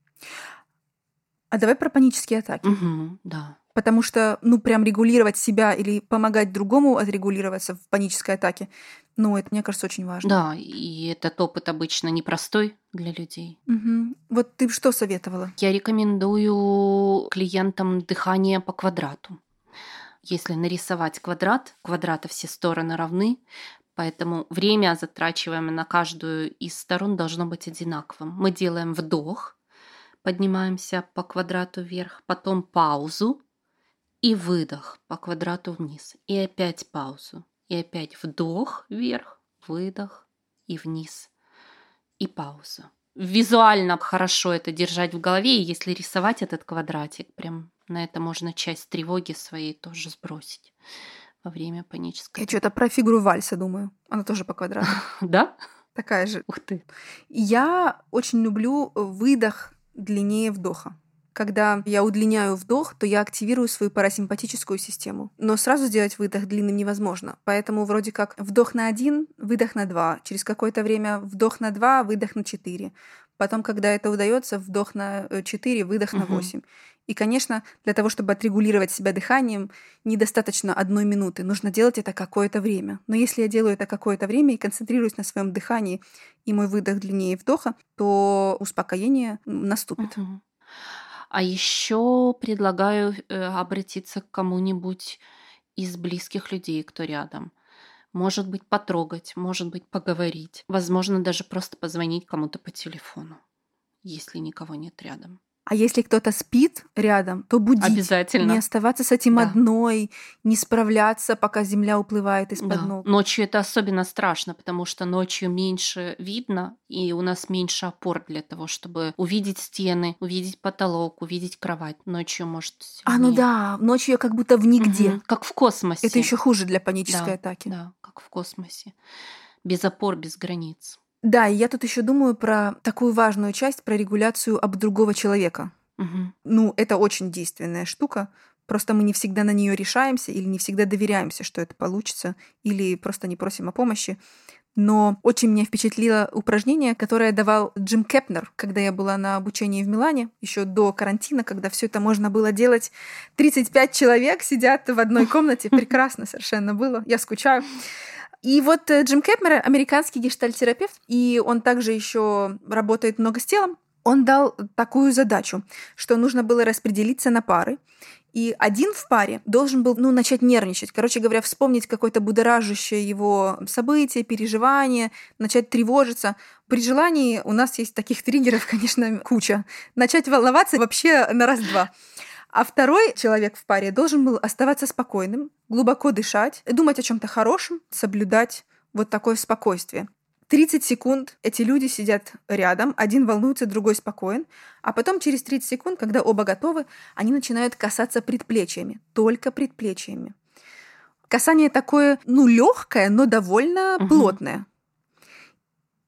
А давай про панические атаки. Мгм, да. Потому что, ну, прям регулировать себя или помогать другому отрегулироваться в панической атаке, ну, это, мне кажется, очень важно. Да, и этот опыт обычно непростой для людей. Мгм. Вот ты что советовала? Я рекомендую клиентам дыхание по квадрату. Если нарисовать квадрат, квадрата все стороны равны, поэтому время, затрачиваемое на каждую из сторон, должно быть одинаковым. Мы делаем вдох, поднимаемся по квадрату вверх, потом паузу и выдох по квадрату вниз. И опять паузу. И опять вдох вверх, выдох и вниз. И пауза. Визуально хорошо это держать в голове, и если рисовать этот квадратик, прям на это можно часть тревоги своей тоже сбросить во время панической Я атаки. что-то про фигуру вальса думаю. Она тоже по квадрату. Да? Такая же. Ух ты. Я очень люблю выдох длиннее вдоха. Когда я удлиняю вдох, то я активирую свою парасимпатическую систему. Но сразу сделать выдох длинным невозможно. Поэтому вроде как вдох на один, выдох на два. Через какое-то время вдох на два, выдох на четыре. Потом, когда это удается, вдох на четыре, выдох на Мгм. восемь. И, конечно, для того, чтобы отрегулировать себя дыханием, недостаточно одной минуты. Нужно делать это какое-то время. Но если я делаю это какое-то время и концентрируюсь на своем дыхании, и мой выдох длиннее вдоха, то успокоение наступит. Мгм. А еще предлагаю э, обратиться к кому-нибудь из близких людей, кто рядом. Может быть, потрогать, может быть, поговорить. Возможно, даже просто позвонить кому-то по телефону, если никого нет рядом. А если кто-то спит рядом, то будить. Обязательно. Не оставаться с этим Да. одной, не справляться, пока земля уплывает из-под Да. ног. Ночью это особенно страшно, потому что ночью меньше видно, и у нас меньше опор для того, чтобы увидеть стены, увидеть потолок, увидеть кровать. Ночью может А, ну сильнее. да, ночью я как будто в нигде. Мгм. Как в космосе. Это еще хуже для панической Да, атаки. да, как в космосе. Без опор, без границ. Да, и я тут еще думаю про такую важную часть, про регуляцию об другого человека. Мгм. Ну, это очень действенная штука. Просто мы не всегда на нее решаемся или не всегда доверяемся, что это получится, или просто не просим о помощи. Но очень меня впечатлило упражнение, которое давал Джим Кепнер, когда я была на обучении в Милане, еще до карантина, когда все это можно было делать. тридцать пять человек сидят в одной комнате. Прекрасно совершенно было. Я скучаю. И вот э, Джим Кепнер, американский гештальт-терапевт, и он также еще работает много с телом. Он дал такую задачу, что нужно было распределиться на пары, и один в паре должен был, ну, начать нервничать. Короче говоря, вспомнить какое-то будоражащее его событие, переживание, начать тревожиться. При желании у нас есть таких триггеров, конечно, куча. Начать волноваться вообще на раз-два. А второй человек в паре должен был оставаться спокойным, глубоко дышать, думать о чем-то хорошем, соблюдать вот такое спокойствие. тридцать секунд эти люди сидят рядом, один волнуется, другой спокоен, а потом через тридцать секунд, когда оба готовы, они начинают касаться предплечьями, только предплечьями. Касание такое, ну, легкое, но довольно Мгм. плотное.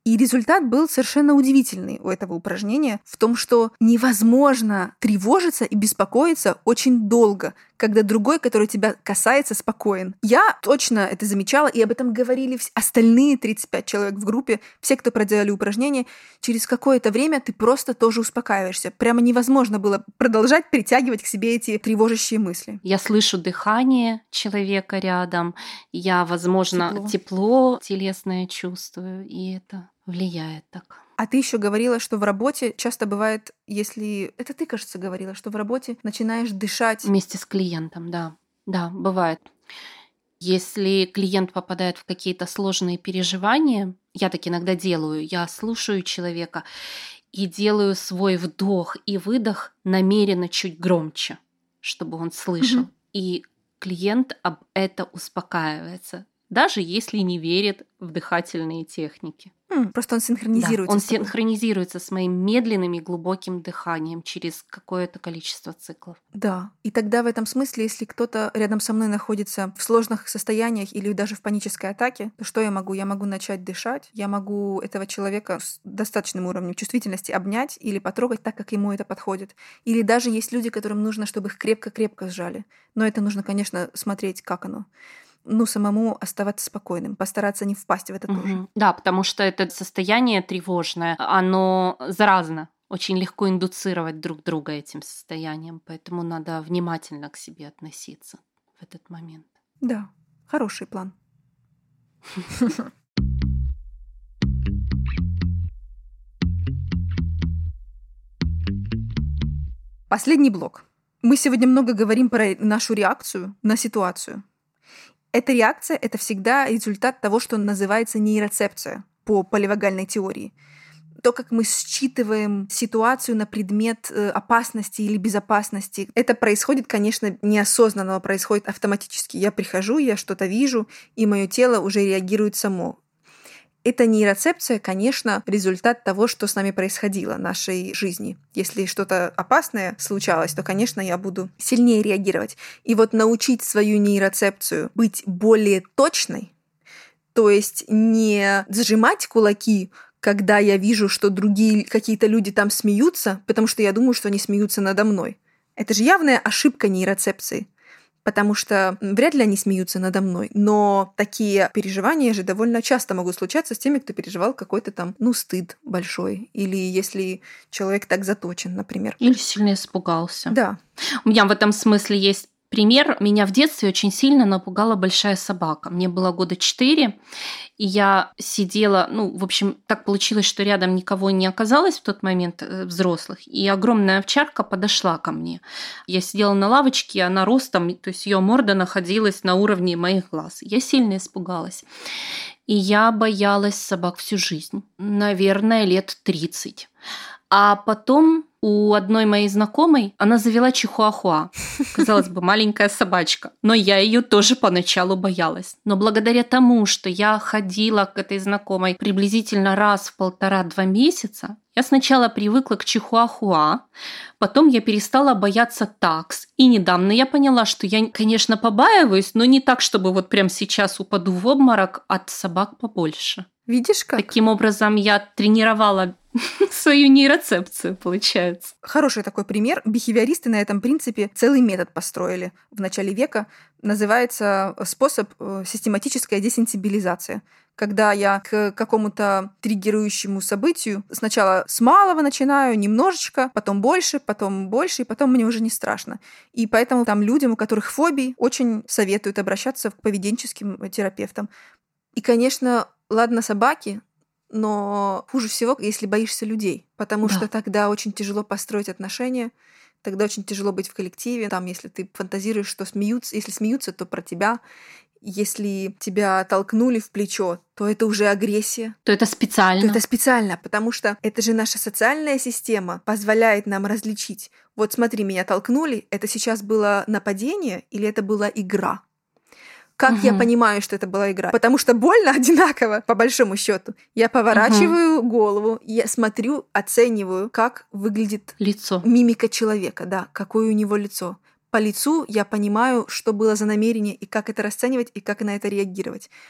И результат был совершенно удивительный у этого упражнения в том, что невозможно тревожиться и беспокоиться очень долго, когда другой, который тебя касается, спокоен. Я точно это замечала, и об этом говорили остальные тридцать пять человек в группе, все, кто проделали упражнение. Через какое-то время ты просто тоже успокаиваешься. Прямо невозможно было продолжать притягивать к себе эти тревожащие мысли. Я слышу дыхание человека рядом, я, возможно, тепло, тепло телесное чувствую, и это влияет так. А ты еще говорила, что в работе часто бывает, если... Это ты, кажется, говорила, что в работе начинаешь дышать... Вместе с клиентом, да. Да, бывает. Если клиент попадает в какие-то сложные переживания, я так иногда делаю, я слушаю человека и делаю свой вдох и выдох намеренно чуть громче, чтобы он слышал. Mm-hmm. И клиент об это успокаивается, даже если не верит в дыхательные техники. Mm, просто он синхронизируется. Да, он с тобой. синхронизируется с моим медленным и глубоким дыханием через какое-то количество циклов. Да. И тогда в этом смысле, если кто-то рядом со мной находится в сложных состояниях или даже в панической атаке, то что я могу? Я могу начать дышать, я могу этого человека с достаточным уровнем чувствительности обнять или потрогать так, как ему это подходит. Или даже есть люди, которым нужно, чтобы их крепко-крепко сжали. Но это нужно, конечно, смотреть, как оно. Ну, самому оставаться спокойным, постараться не впасть в это угу. тоже. Да, потому что это состояние тревожное, оно заразно. Очень легко индуцировать друг друга этим состоянием, поэтому надо внимательно к себе относиться в этот момент. Да, хороший план. Последний блок. Мы сегодня много говорим про нашу реакцию на ситуацию. Эта реакция — это всегда результат того, что называется нейроцепция по поливагальной теории. То, как мы считываем ситуацию на предмет опасности или безопасности, это происходит, конечно, неосознанно, но происходит автоматически. Я прихожу, я что-то вижу, и мое тело уже реагирует само. Эта нейроцепция, конечно, результат того, что с нами происходило в нашей жизни. Если что-то опасное случалось, то, конечно, я буду сильнее реагировать. И вот научить свою нейроцепцию быть более точной, то есть не сжимать кулаки, когда я вижу, что другие какие-то люди там смеются, потому что я думаю, что они смеются надо мной. Это же явная ошибка нейроцепции. Потому что вряд ли они смеются надо мной. Но такие переживания же довольно часто могут случаться с теми, кто переживал какой-то там, ну, стыд большой. Или если человек так заточен, например. Или сильно испугался. Да. У меня в этом смысле есть пример. Меня в детстве очень сильно напугала большая собака. Мне было года четыре, и я сидела, ну, в общем, так получилось, что рядом никого не оказалось в тот момент взрослых, и огромная овчарка подошла ко мне. Я сидела на лавочке, она ростом, то есть ее морда находилась на уровне моих глаз. Я сильно испугалась. И я боялась собак всю жизнь. Наверное, лет тридцать. А потом у одной моей знакомой она завела чихуахуа. Казалось бы, маленькая собачка. Но я ее тоже поначалу боялась. Но благодаря тому, что я ходила к этой знакомой приблизительно раз в полтора-два месяца, я сначала привыкла к чихуахуа, потом я перестала бояться такс. И недавно я поняла, что я, конечно, побаиваюсь, но не так, чтобы вот прямо сейчас упаду в обморок, от собак побольше. Видишь как? Таким образом, я тренировала свою нейроцепцию, получается. Хороший такой пример. Бихевиористы на этом принципе целый метод построили в начале века. Называется способ систематическая десенсибилизация. Когда я к какому-то триггерующему событию сначала с малого начинаю, немножечко, потом больше, потом больше, и потом мне уже не страшно. И поэтому там людям, у которых фобии, очень советуют обращаться к поведенческим терапевтам. И, конечно, ладно собаки, но хуже всего, если боишься людей, потому да. что тогда очень тяжело построить отношения, тогда очень тяжело быть в коллективе. Там, если ты фантазируешь, что смеются, если смеются, то про тебя. Если тебя толкнули в плечо, то это уже агрессия. То это специально. То это специально, потому что это же наша социальная система позволяет нам различить. Вот смотри, меня толкнули, это сейчас было нападение или это была игра? Как угу. я понимаю, что это была игра? Потому что больно одинаково, по большому счету. Я поворачиваю угу. голову, я смотрю, оцениваю, как выглядит лицо. Мимика человека, да, какое у него лицо. По лицу я понимаю, что было за намерение и как это расценивать, и как на это реагировать.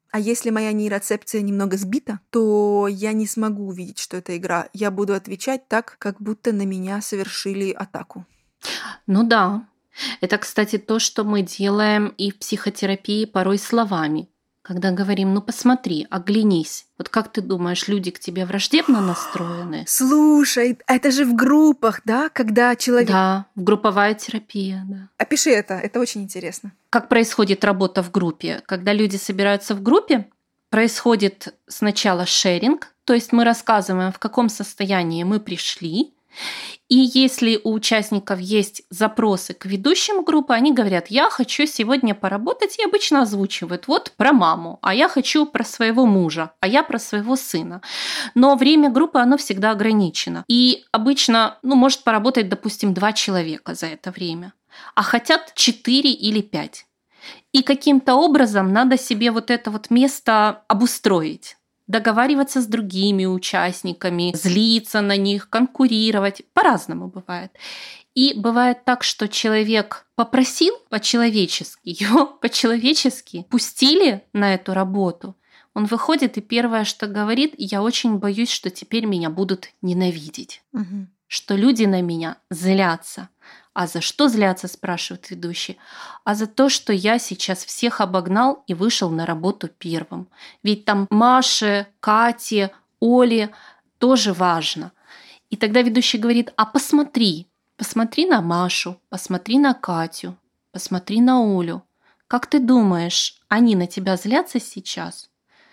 А если моя нейроцепция немного сбита, то я не смогу увидеть, что это игра. Я буду отвечать так, как будто на меня совершили атаку. Ну да. Это, кстати, то, что мы делаем и в психотерапии порой словами. Когда говорим, ну посмотри, оглянись. Вот как ты думаешь, люди к тебе враждебно настроены? Слушай, это же в группах, да, когда человек... Да, в групповая терапия, да. Опиши это, это очень интересно. Как происходит работа в группе? Когда люди собираются в группе, происходит сначала шеринг, то есть мы рассказываем, в каком состоянии мы пришли. И если у участников есть запросы к ведущим группы, они говорят, я хочу сегодня поработать, и обычно озвучивают, вот про маму, а я хочу про своего мужа, а я про своего сына. Но время группы, оно всегда ограничено. И обычно, ну, может поработать, допустим, два человека за это время, а хотят четыре или пять. И каким-то образом надо себе вот это вот место обустроить. Договариваться с другими участниками, злиться на них, конкурировать. По-разному бывает. И бывает так, что человек попросил по-человечески, его по-человечески пустили на эту работу. Он выходит и первое, что говорит, я очень боюсь, что теперь меня будут ненавидеть. Угу. Что люди на меня злятся. А за что злятся, спрашивает ведущий? А за то, что я сейчас всех обогнал и вышел на работу первым. Ведь там Маше, Кате, Оле тоже важно. И тогда ведущий говорит, а посмотри, посмотри на Машу, посмотри на Катю, посмотри на Олю. Как ты думаешь, они на тебя злятся сейчас?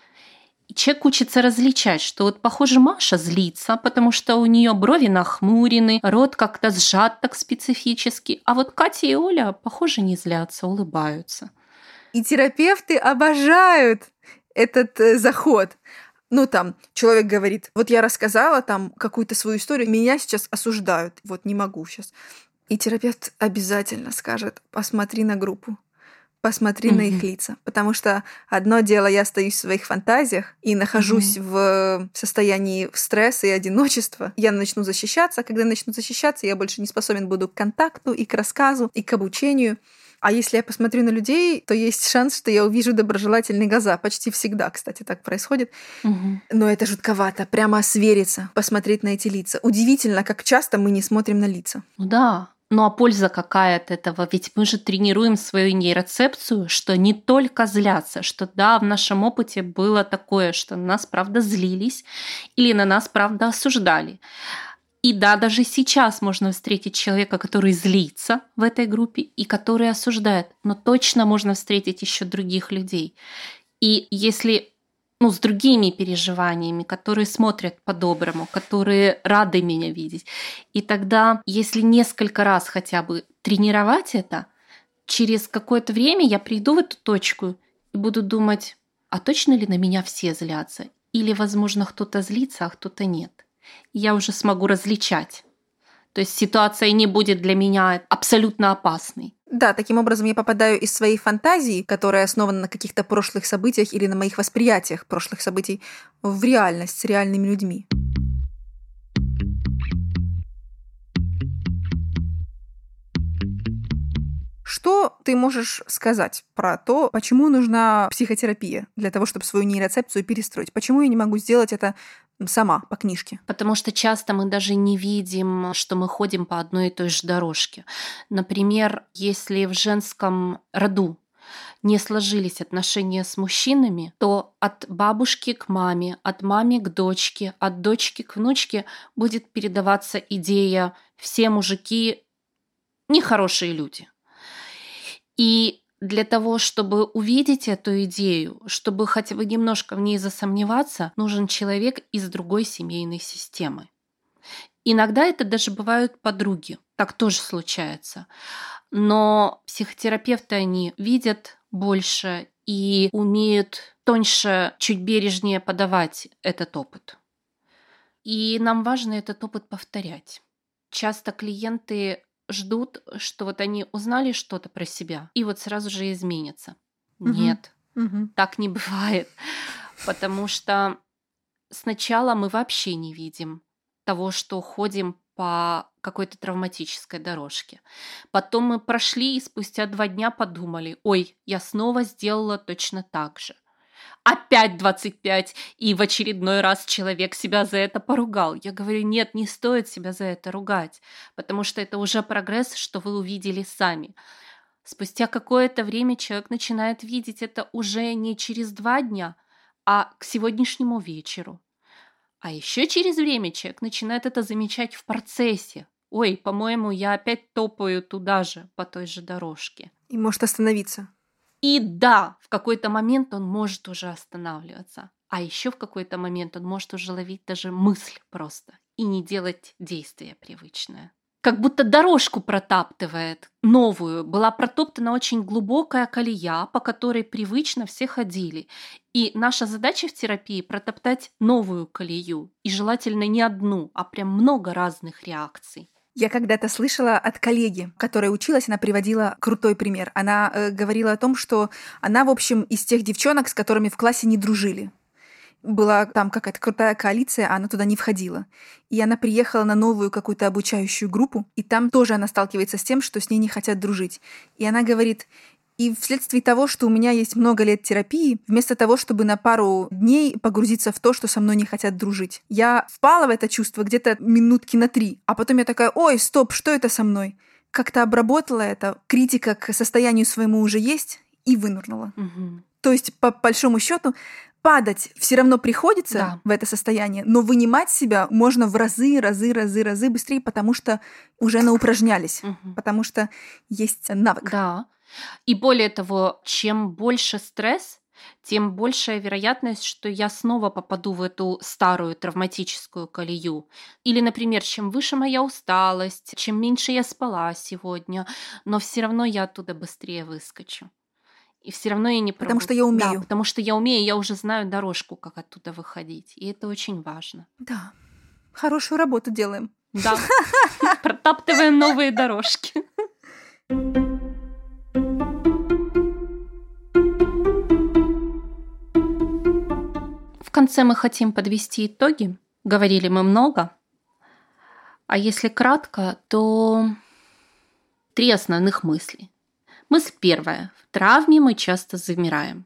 И человек учится различать, что вот, похоже, Маша злится, потому что у нее брови нахмурены, рот как-то сжат так специфически, а вот Катя и Оля, похоже, не злятся, улыбаются. И терапевты обожают этот э, заход. Ну, там, человек говорит, вот я рассказала там какую-то свою историю, меня сейчас осуждают, вот не могу сейчас. И терапевт обязательно скажет, посмотри на группу. Посмотри mm-hmm. на их лица. Потому что одно дело, я остаюсь в своих фантазиях и нахожусь mm-hmm. в состоянии стресса и одиночества. Я начну защищаться. Когда я начну защищаться, я больше не способен буду к контакту и к рассказу, и к обучению. А если я посмотрю на людей, то есть шанс, что я увижу доброжелательные глаза. Почти всегда, кстати, так происходит. Mm-hmm. Но это жутковато. Прямо свериться, посмотреть на эти лица. Удивительно, как часто мы не смотрим на лица. Ну да. Ну а польза какая от этого? Ведь мы же тренируем свою нейроцепцию, что не только злятся, что да, в нашем опыте было такое, что на нас, правда, злились или на нас, правда, осуждали. И да, даже сейчас можно встретить человека, который злится в этой группе и который осуждает, но точно можно встретить еще других людей. И если ну, с другими переживаниями, которые смотрят по-доброму, которые рады меня видеть. И тогда, если несколько раз хотя бы тренировать это, через какое-то время я приду в эту точку и буду думать, а точно ли на меня все злятся? Или, возможно, кто-то злится, а кто-то нет. И я уже смогу различать. То есть ситуация не будет для меня абсолютно опасной. Да, таким образом я попадаю из своей фантазии, которая основана на каких-то прошлых событиях или на моих восприятиях прошлых событий, в реальность с реальными людьми. Что ты можешь сказать про то, почему нужна психотерапия для того, чтобы свою нейроцепцию перестроить? Почему я не могу сделать это сама, по книжке? Потому что часто мы даже не видим, что мы ходим по одной и той же дорожке. Например, если в женском роду не сложились отношения с мужчинами, то от бабушки к маме, от мамы к дочке, от дочки к внучке будет передаваться идея «все мужики нехорошие люди». И для того, чтобы увидеть эту идею, чтобы хотя бы немножко в ней засомневаться, нужен человек из другой семейной системы. Иногда это даже бывают подруги, так тоже случается. Но психотерапевты, они видят больше и умеют тоньше, чуть бережнее подавать этот опыт. И нам важно этот опыт повторять. Часто клиенты ждут, что вот они узнали что-то про себя, и вот сразу же изменятся. Угу. Нет, угу. так не бывает. Потому что сначала мы вообще не видим того, что ходим по какой-то травматической дорожке. Потом мы прошли и спустя два дня подумали, ой, я снова сделала точно так же. Опять двадцать пять, и в очередной раз человек себя за это поругал. Я говорю, нет, не стоит себя за это ругать, потому что это уже прогресс, что вы увидели сами. Спустя какое-то время человек начинает видеть это уже не через два дня, а к сегодняшнему вечеру. А еще через время человек начинает это замечать в процессе. Ой, по-моему, я опять топаю туда же, по той же дорожке. И может остановиться. И да, в какой-то момент он может уже останавливаться. А еще в какой-то момент он может уже ловить даже мысль просто и не делать действие привычное. Как будто дорожку протаптывает новую. Была протоптана очень глубокая колея, по которой привычно все ходили. И наша задача в терапии — протоптать новую колею. И желательно не одну, а прям много разных реакций. Я когда-то слышала от коллеги, которая училась, она приводила крутой пример. Она э, говорила о том, что она, в общем, из тех девчонок, с которыми в классе не дружили. Была там какая-то крутая коалиция, а она туда не входила. И она приехала на новую какую-то обучающую группу, и там тоже она сталкивается с тем, что с ней не хотят дружить. И она говорит, и вследствие того, что у меня есть много лет терапии, вместо того, чтобы на пару дней погрузиться в то, что со мной не хотят дружить, я впала в это чувство где-то минутки на три, а потом я такая, ой, стоп, что это со мной? Как-то обработала это, критика к состоянию своему уже есть, и вынырнула. Угу. То есть, по большому счету, падать все равно приходится Да. в это состояние, но вынимать себя можно в разы, разы, разы, разы быстрее, потому что уже наупражнялись, Угу. потому что есть навык. Да. И более того, чем больше стресс, тем большая вероятность, что я снова попаду в эту старую травматическую колею. Или, например, чем выше моя усталость, чем меньше я спала сегодня, но все равно я оттуда быстрее выскочу. И все равно я не пробую. Потому что я умею. Да, потому что я умею, я уже знаю дорожку, как оттуда выходить. И это очень важно. Да. Хорошую работу делаем. Да. Протаптываем новые дорожки. В конце мы хотим подвести итоги. Говорили мы много. А если кратко, то три основных мысли. Мысль первая. В травме мы часто замираем.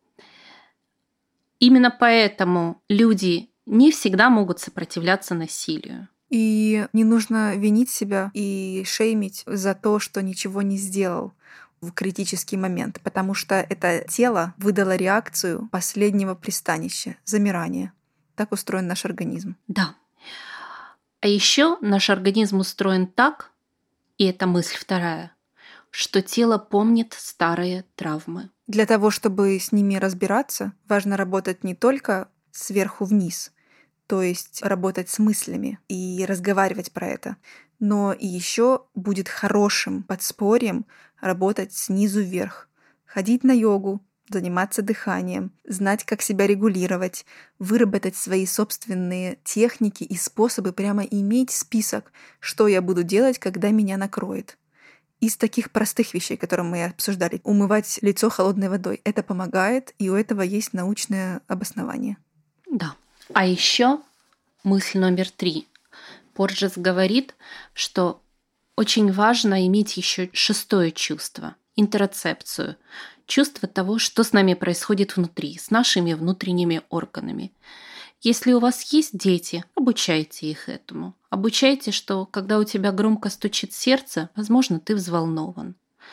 Именно поэтому люди не всегда могут сопротивляться насилию. И не нужно винить себя и шеймить за то, что ничего не сделал в критический момент, потому что это тело выдало реакцию последнего пристанища, замирания. Так устроен наш организм. Да. А еще наш организм устроен так, и это мысль вторая, что тело помнит старые травмы. Для того, чтобы с ними разбираться, важно работать не только сверху вниз, то есть работать с мыслями и разговаривать про это, но и еще будет хорошим подспорьем работать снизу вверх, ходить на йогу, заниматься дыханием, знать, как себя регулировать, выработать свои собственные техники и способы, прямо иметь список, что я буду делать, когда меня накроет. Из таких простых вещей, которые мы обсуждали, умывать лицо холодной водой, это помогает, и у этого есть научное обоснование. Да. А еще мысль номер три. Порджес говорит, что очень важно иметь еще шестое чувство, интероцепцию, чувство того, что с нами происходит внутри, с нашими внутренними органами. Если у вас есть дети, обучайте их этому. Обучайте, что когда у тебя громко стучит сердце, возможно, ты взволнован.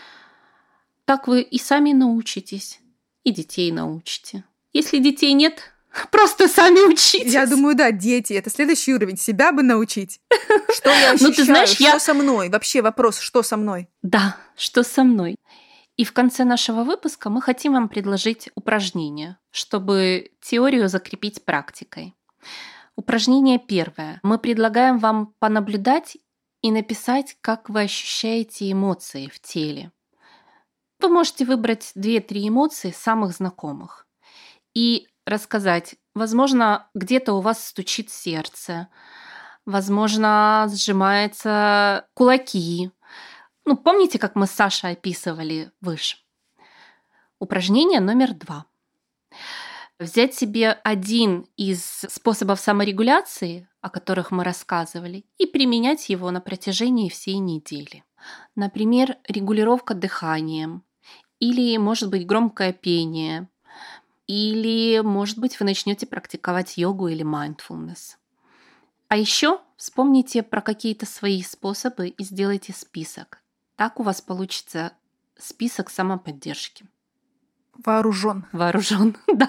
Так вы и сами научитесь, и детей научите. Если детей нет, просто сами учитесь. Я думаю, да, дети — это следующий уровень. Себя бы научить. Что я ощущаю, Ну, ты знаешь, что я- со мной? Вообще вопрос, что со мной? Да, что со мной? И в конце нашего выпуска мы хотим вам предложить упражнение, чтобы теорию закрепить практикой. Упражнение первое. Мы предлагаем вам понаблюдать и написать, как вы ощущаете эмоции в теле. Вы можете выбрать две-три эмоции самых знакомых и рассказать, возможно, где-то у вас стучит сердце, возможно, сжимаются кулаки. Ну, помните, как мы с Сашей описывали выше? Упражнение номер два. Взять себе один из способов саморегуляции, о которых мы рассказывали, и применять его на протяжении всей недели. Например, регулировка дыханием или, может быть, громкое пение, Или, может быть, вы начнете практиковать йогу или mindfulness. А еще вспомните про какие-то свои способы и сделайте список. Так у вас получится список самоподдержки. Вооружен. Вооружен, да.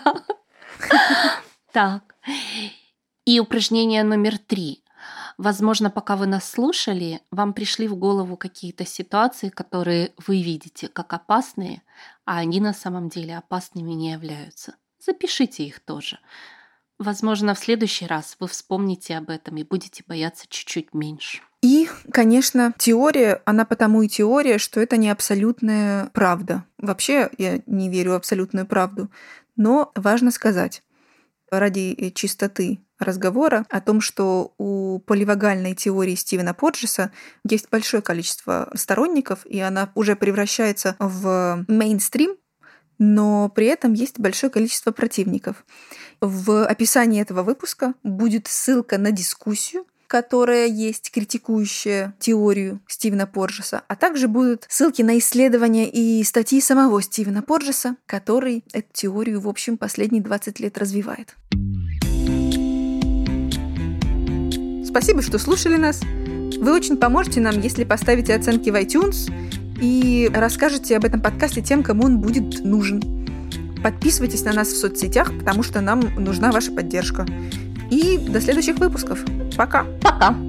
Так. И упражнение номер три. Возможно, пока вы нас слушали, вам пришли в голову какие-то ситуации, которые вы видите как опасные, а они на самом деле опасными не являются. Запишите их тоже. Возможно, в следующий раз вы вспомните об этом и будете бояться чуть-чуть меньше. И, конечно, теория, она потому и теория, что это не абсолютная правда. Вообще, я не верю в абсолютную правду, но важно сказать, ради чистоты разговора, о том, что у поливагальной теории Стивена Порджеса есть большое количество сторонников, и она уже превращается в мейнстрим, но при этом есть большое количество противников. В описании этого выпуска будет ссылка на дискуссию, которая есть, критикующая теорию Стивена Порджеса, а также будут ссылки на исследования и статьи самого Стивена Порджеса, который эту теорию, в общем, последние двадцать лет развивает. Спасибо, что слушали нас. Вы очень поможете нам, если поставите оценки в iTunes и расскажете об этом подкасте тем, кому он будет нужен. Подписывайтесь на нас в соцсетях, потому что нам нужна ваша поддержка. И до следующих выпусков. Пока. Пока.